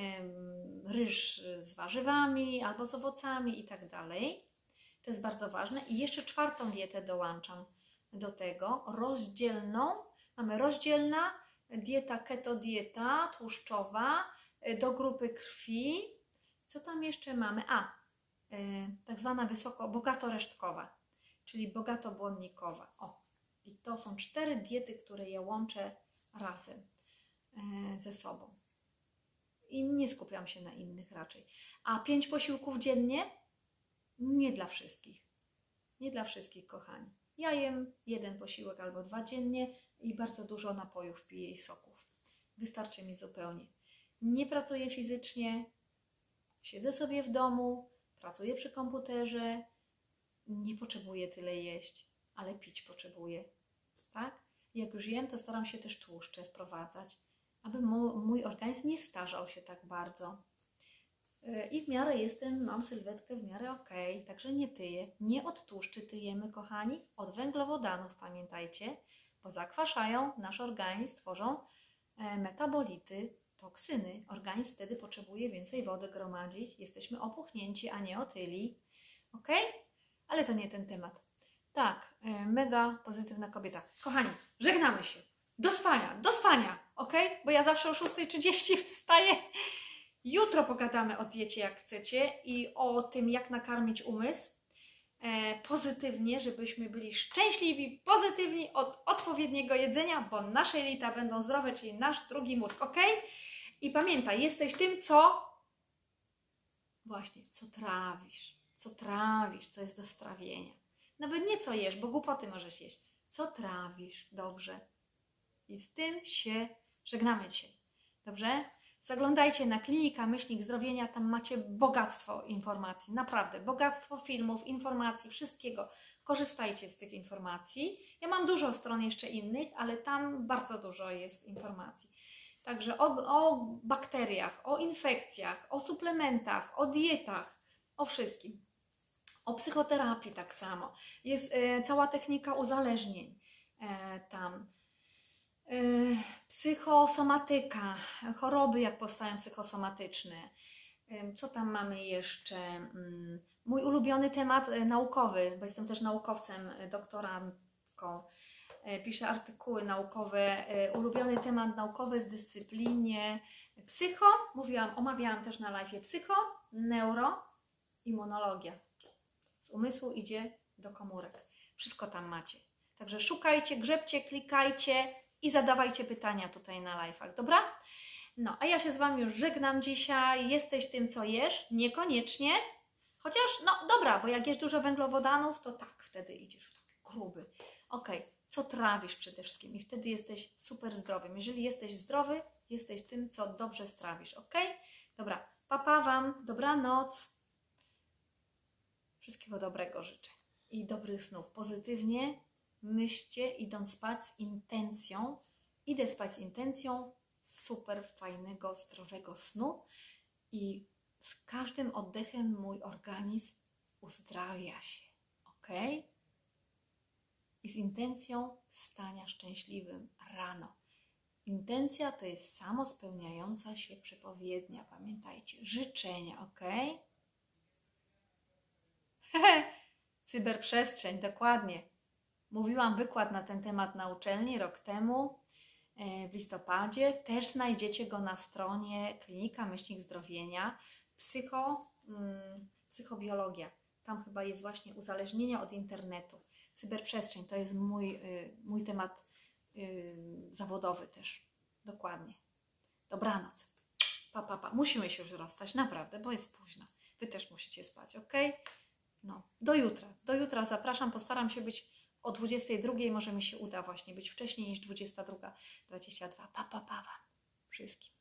ryż z warzywami albo z owocami i tak dalej. To jest bardzo ważne. I jeszcze czwartą dietę dołączam do tego, rozdzielną. Mamy rozdzielna dieta, keto dieta tłuszczowa do grupy krwi. Co tam jeszcze mamy? A, tak zwana wysoko, bogato resztkowa, czyli bogato-błonnikowa. O, i to są cztery diety, które ja łączę razem e, ze sobą. I nie skupiam się na innych raczej. A pięć posiłków dziennie? Nie dla wszystkich. Nie dla wszystkich, kochani. Ja jem jeden posiłek albo dwa dziennie i bardzo dużo napojów piję i soków. Wystarczy mi zupełnie. Nie pracuję fizycznie, siedzę sobie w domu, pracuję przy komputerze, nie potrzebuję tyle jeść, ale pić potrzebuję, tak? Jak już jem, to staram się też tłuszcze wprowadzać, aby mój organizm nie starzał się tak bardzo. I w miarę jestem, mam sylwetkę w miarę ok, także nie tyję. Nie od tłuszczy tyjemy, kochani, od węglowodanów, pamiętajcie, bo zakwaszają nasz organizm, tworzą metabolity, toksyny. Organizm wtedy potrzebuje więcej wody gromadzić. Jesteśmy opuchnięci, a nie otyli. Ok? Ale to nie ten temat. Tak, mega pozytywna kobieta. Kochani, żegnamy się. Do spania, do spania, ok? Bo ja zawsze o szósta trzydzieści wstaję. Jutro pogadamy o diecie, jak chcecie, i o tym, jak nakarmić umysł e, pozytywnie, żebyśmy byli szczęśliwi, pozytywni od odpowiedniego jedzenia, bo nasze jelita będą zdrowe, czyli nasz drugi mózg, ok? I pamiętaj, jesteś tym, co właśnie, co trawisz, co trawisz, co jest do strawienia. Nawet nie co jesz, bo głupoty możesz jeść. Co trawisz, dobrze? I z tym się żegnamy dzisiaj, dobrze? Zaglądajcie na Klinika Myślnik Zdrowienia, tam macie bogactwo informacji, naprawdę, bogactwo filmów, informacji, wszystkiego. Korzystajcie z tych informacji. Ja mam dużo stron jeszcze innych, ale tam bardzo dużo jest informacji. Także o, o bakteriach, o infekcjach, o suplementach, o dietach, o wszystkim. O psychoterapii tak samo. Jest e, cała technika uzależnień e, tam. Psychosomatyka, choroby jak powstają psychosomatyczne. Co tam mamy jeszcze? Mój ulubiony temat naukowy, bo jestem też naukowcem, doktorantką. Piszę artykuły naukowe. Ulubiony temat naukowy w dyscyplinie psycho, mówiłam, omawiałam też na live, psycho, neuro, immunologia. Z umysłu idzie do komórek. Wszystko tam macie. Także szukajcie, grzebcie, klikajcie i zadawajcie pytania tutaj na live'ach, dobra? No, a ja się z Wami już żegnam dzisiaj. Jesteś tym, co jesz? Niekoniecznie. Chociaż, no dobra, bo jak jesz dużo węglowodanów, to tak, wtedy idziesz taki gruby. Ok, co trawisz przede wszystkim i wtedy jesteś super zdrowym. Jeżeli jesteś zdrowy, jesteś tym, co dobrze strawisz, ok? Dobra, pa, pa Wam, dobranoc. Wszystkiego dobrego życzę i dobrych snów. Pozytywnie myślcie, idąc spać z intencją. Idę spać z intencją super fajnego, zdrowego snu i z każdym oddechem mój organizm uzdrawia się, ok? I z intencją stania szczęśliwym rano. Intencja to jest samospełniająca się przepowiednia, pamiętajcie, życzenia, ok? Cyberprzestrzeń, dokładnie. Mówiłam wykład na ten temat na uczelni rok temu, w listopadzie. Też znajdziecie go na stronie Klinika Myślnik Zdrowienia. Psycho, hmm, psychobiologia. Tam chyba jest właśnie uzależnienie od internetu. Cyberprzestrzeń to jest mój, mój temat yy, zawodowy też. Dokładnie. Dobranoc. Pa, pa, pa. Musimy się już rozstać, naprawdę, bo jest późno. Wy też musicie spać, ok? No, do jutra. Do jutra zapraszam. Postaram się być o dwudziestej drugiej. Może mi się uda właśnie być wcześniej niż dwudziesta druga dwadzieścia dwa. Pa, pa, pa, pa. Wszystkim.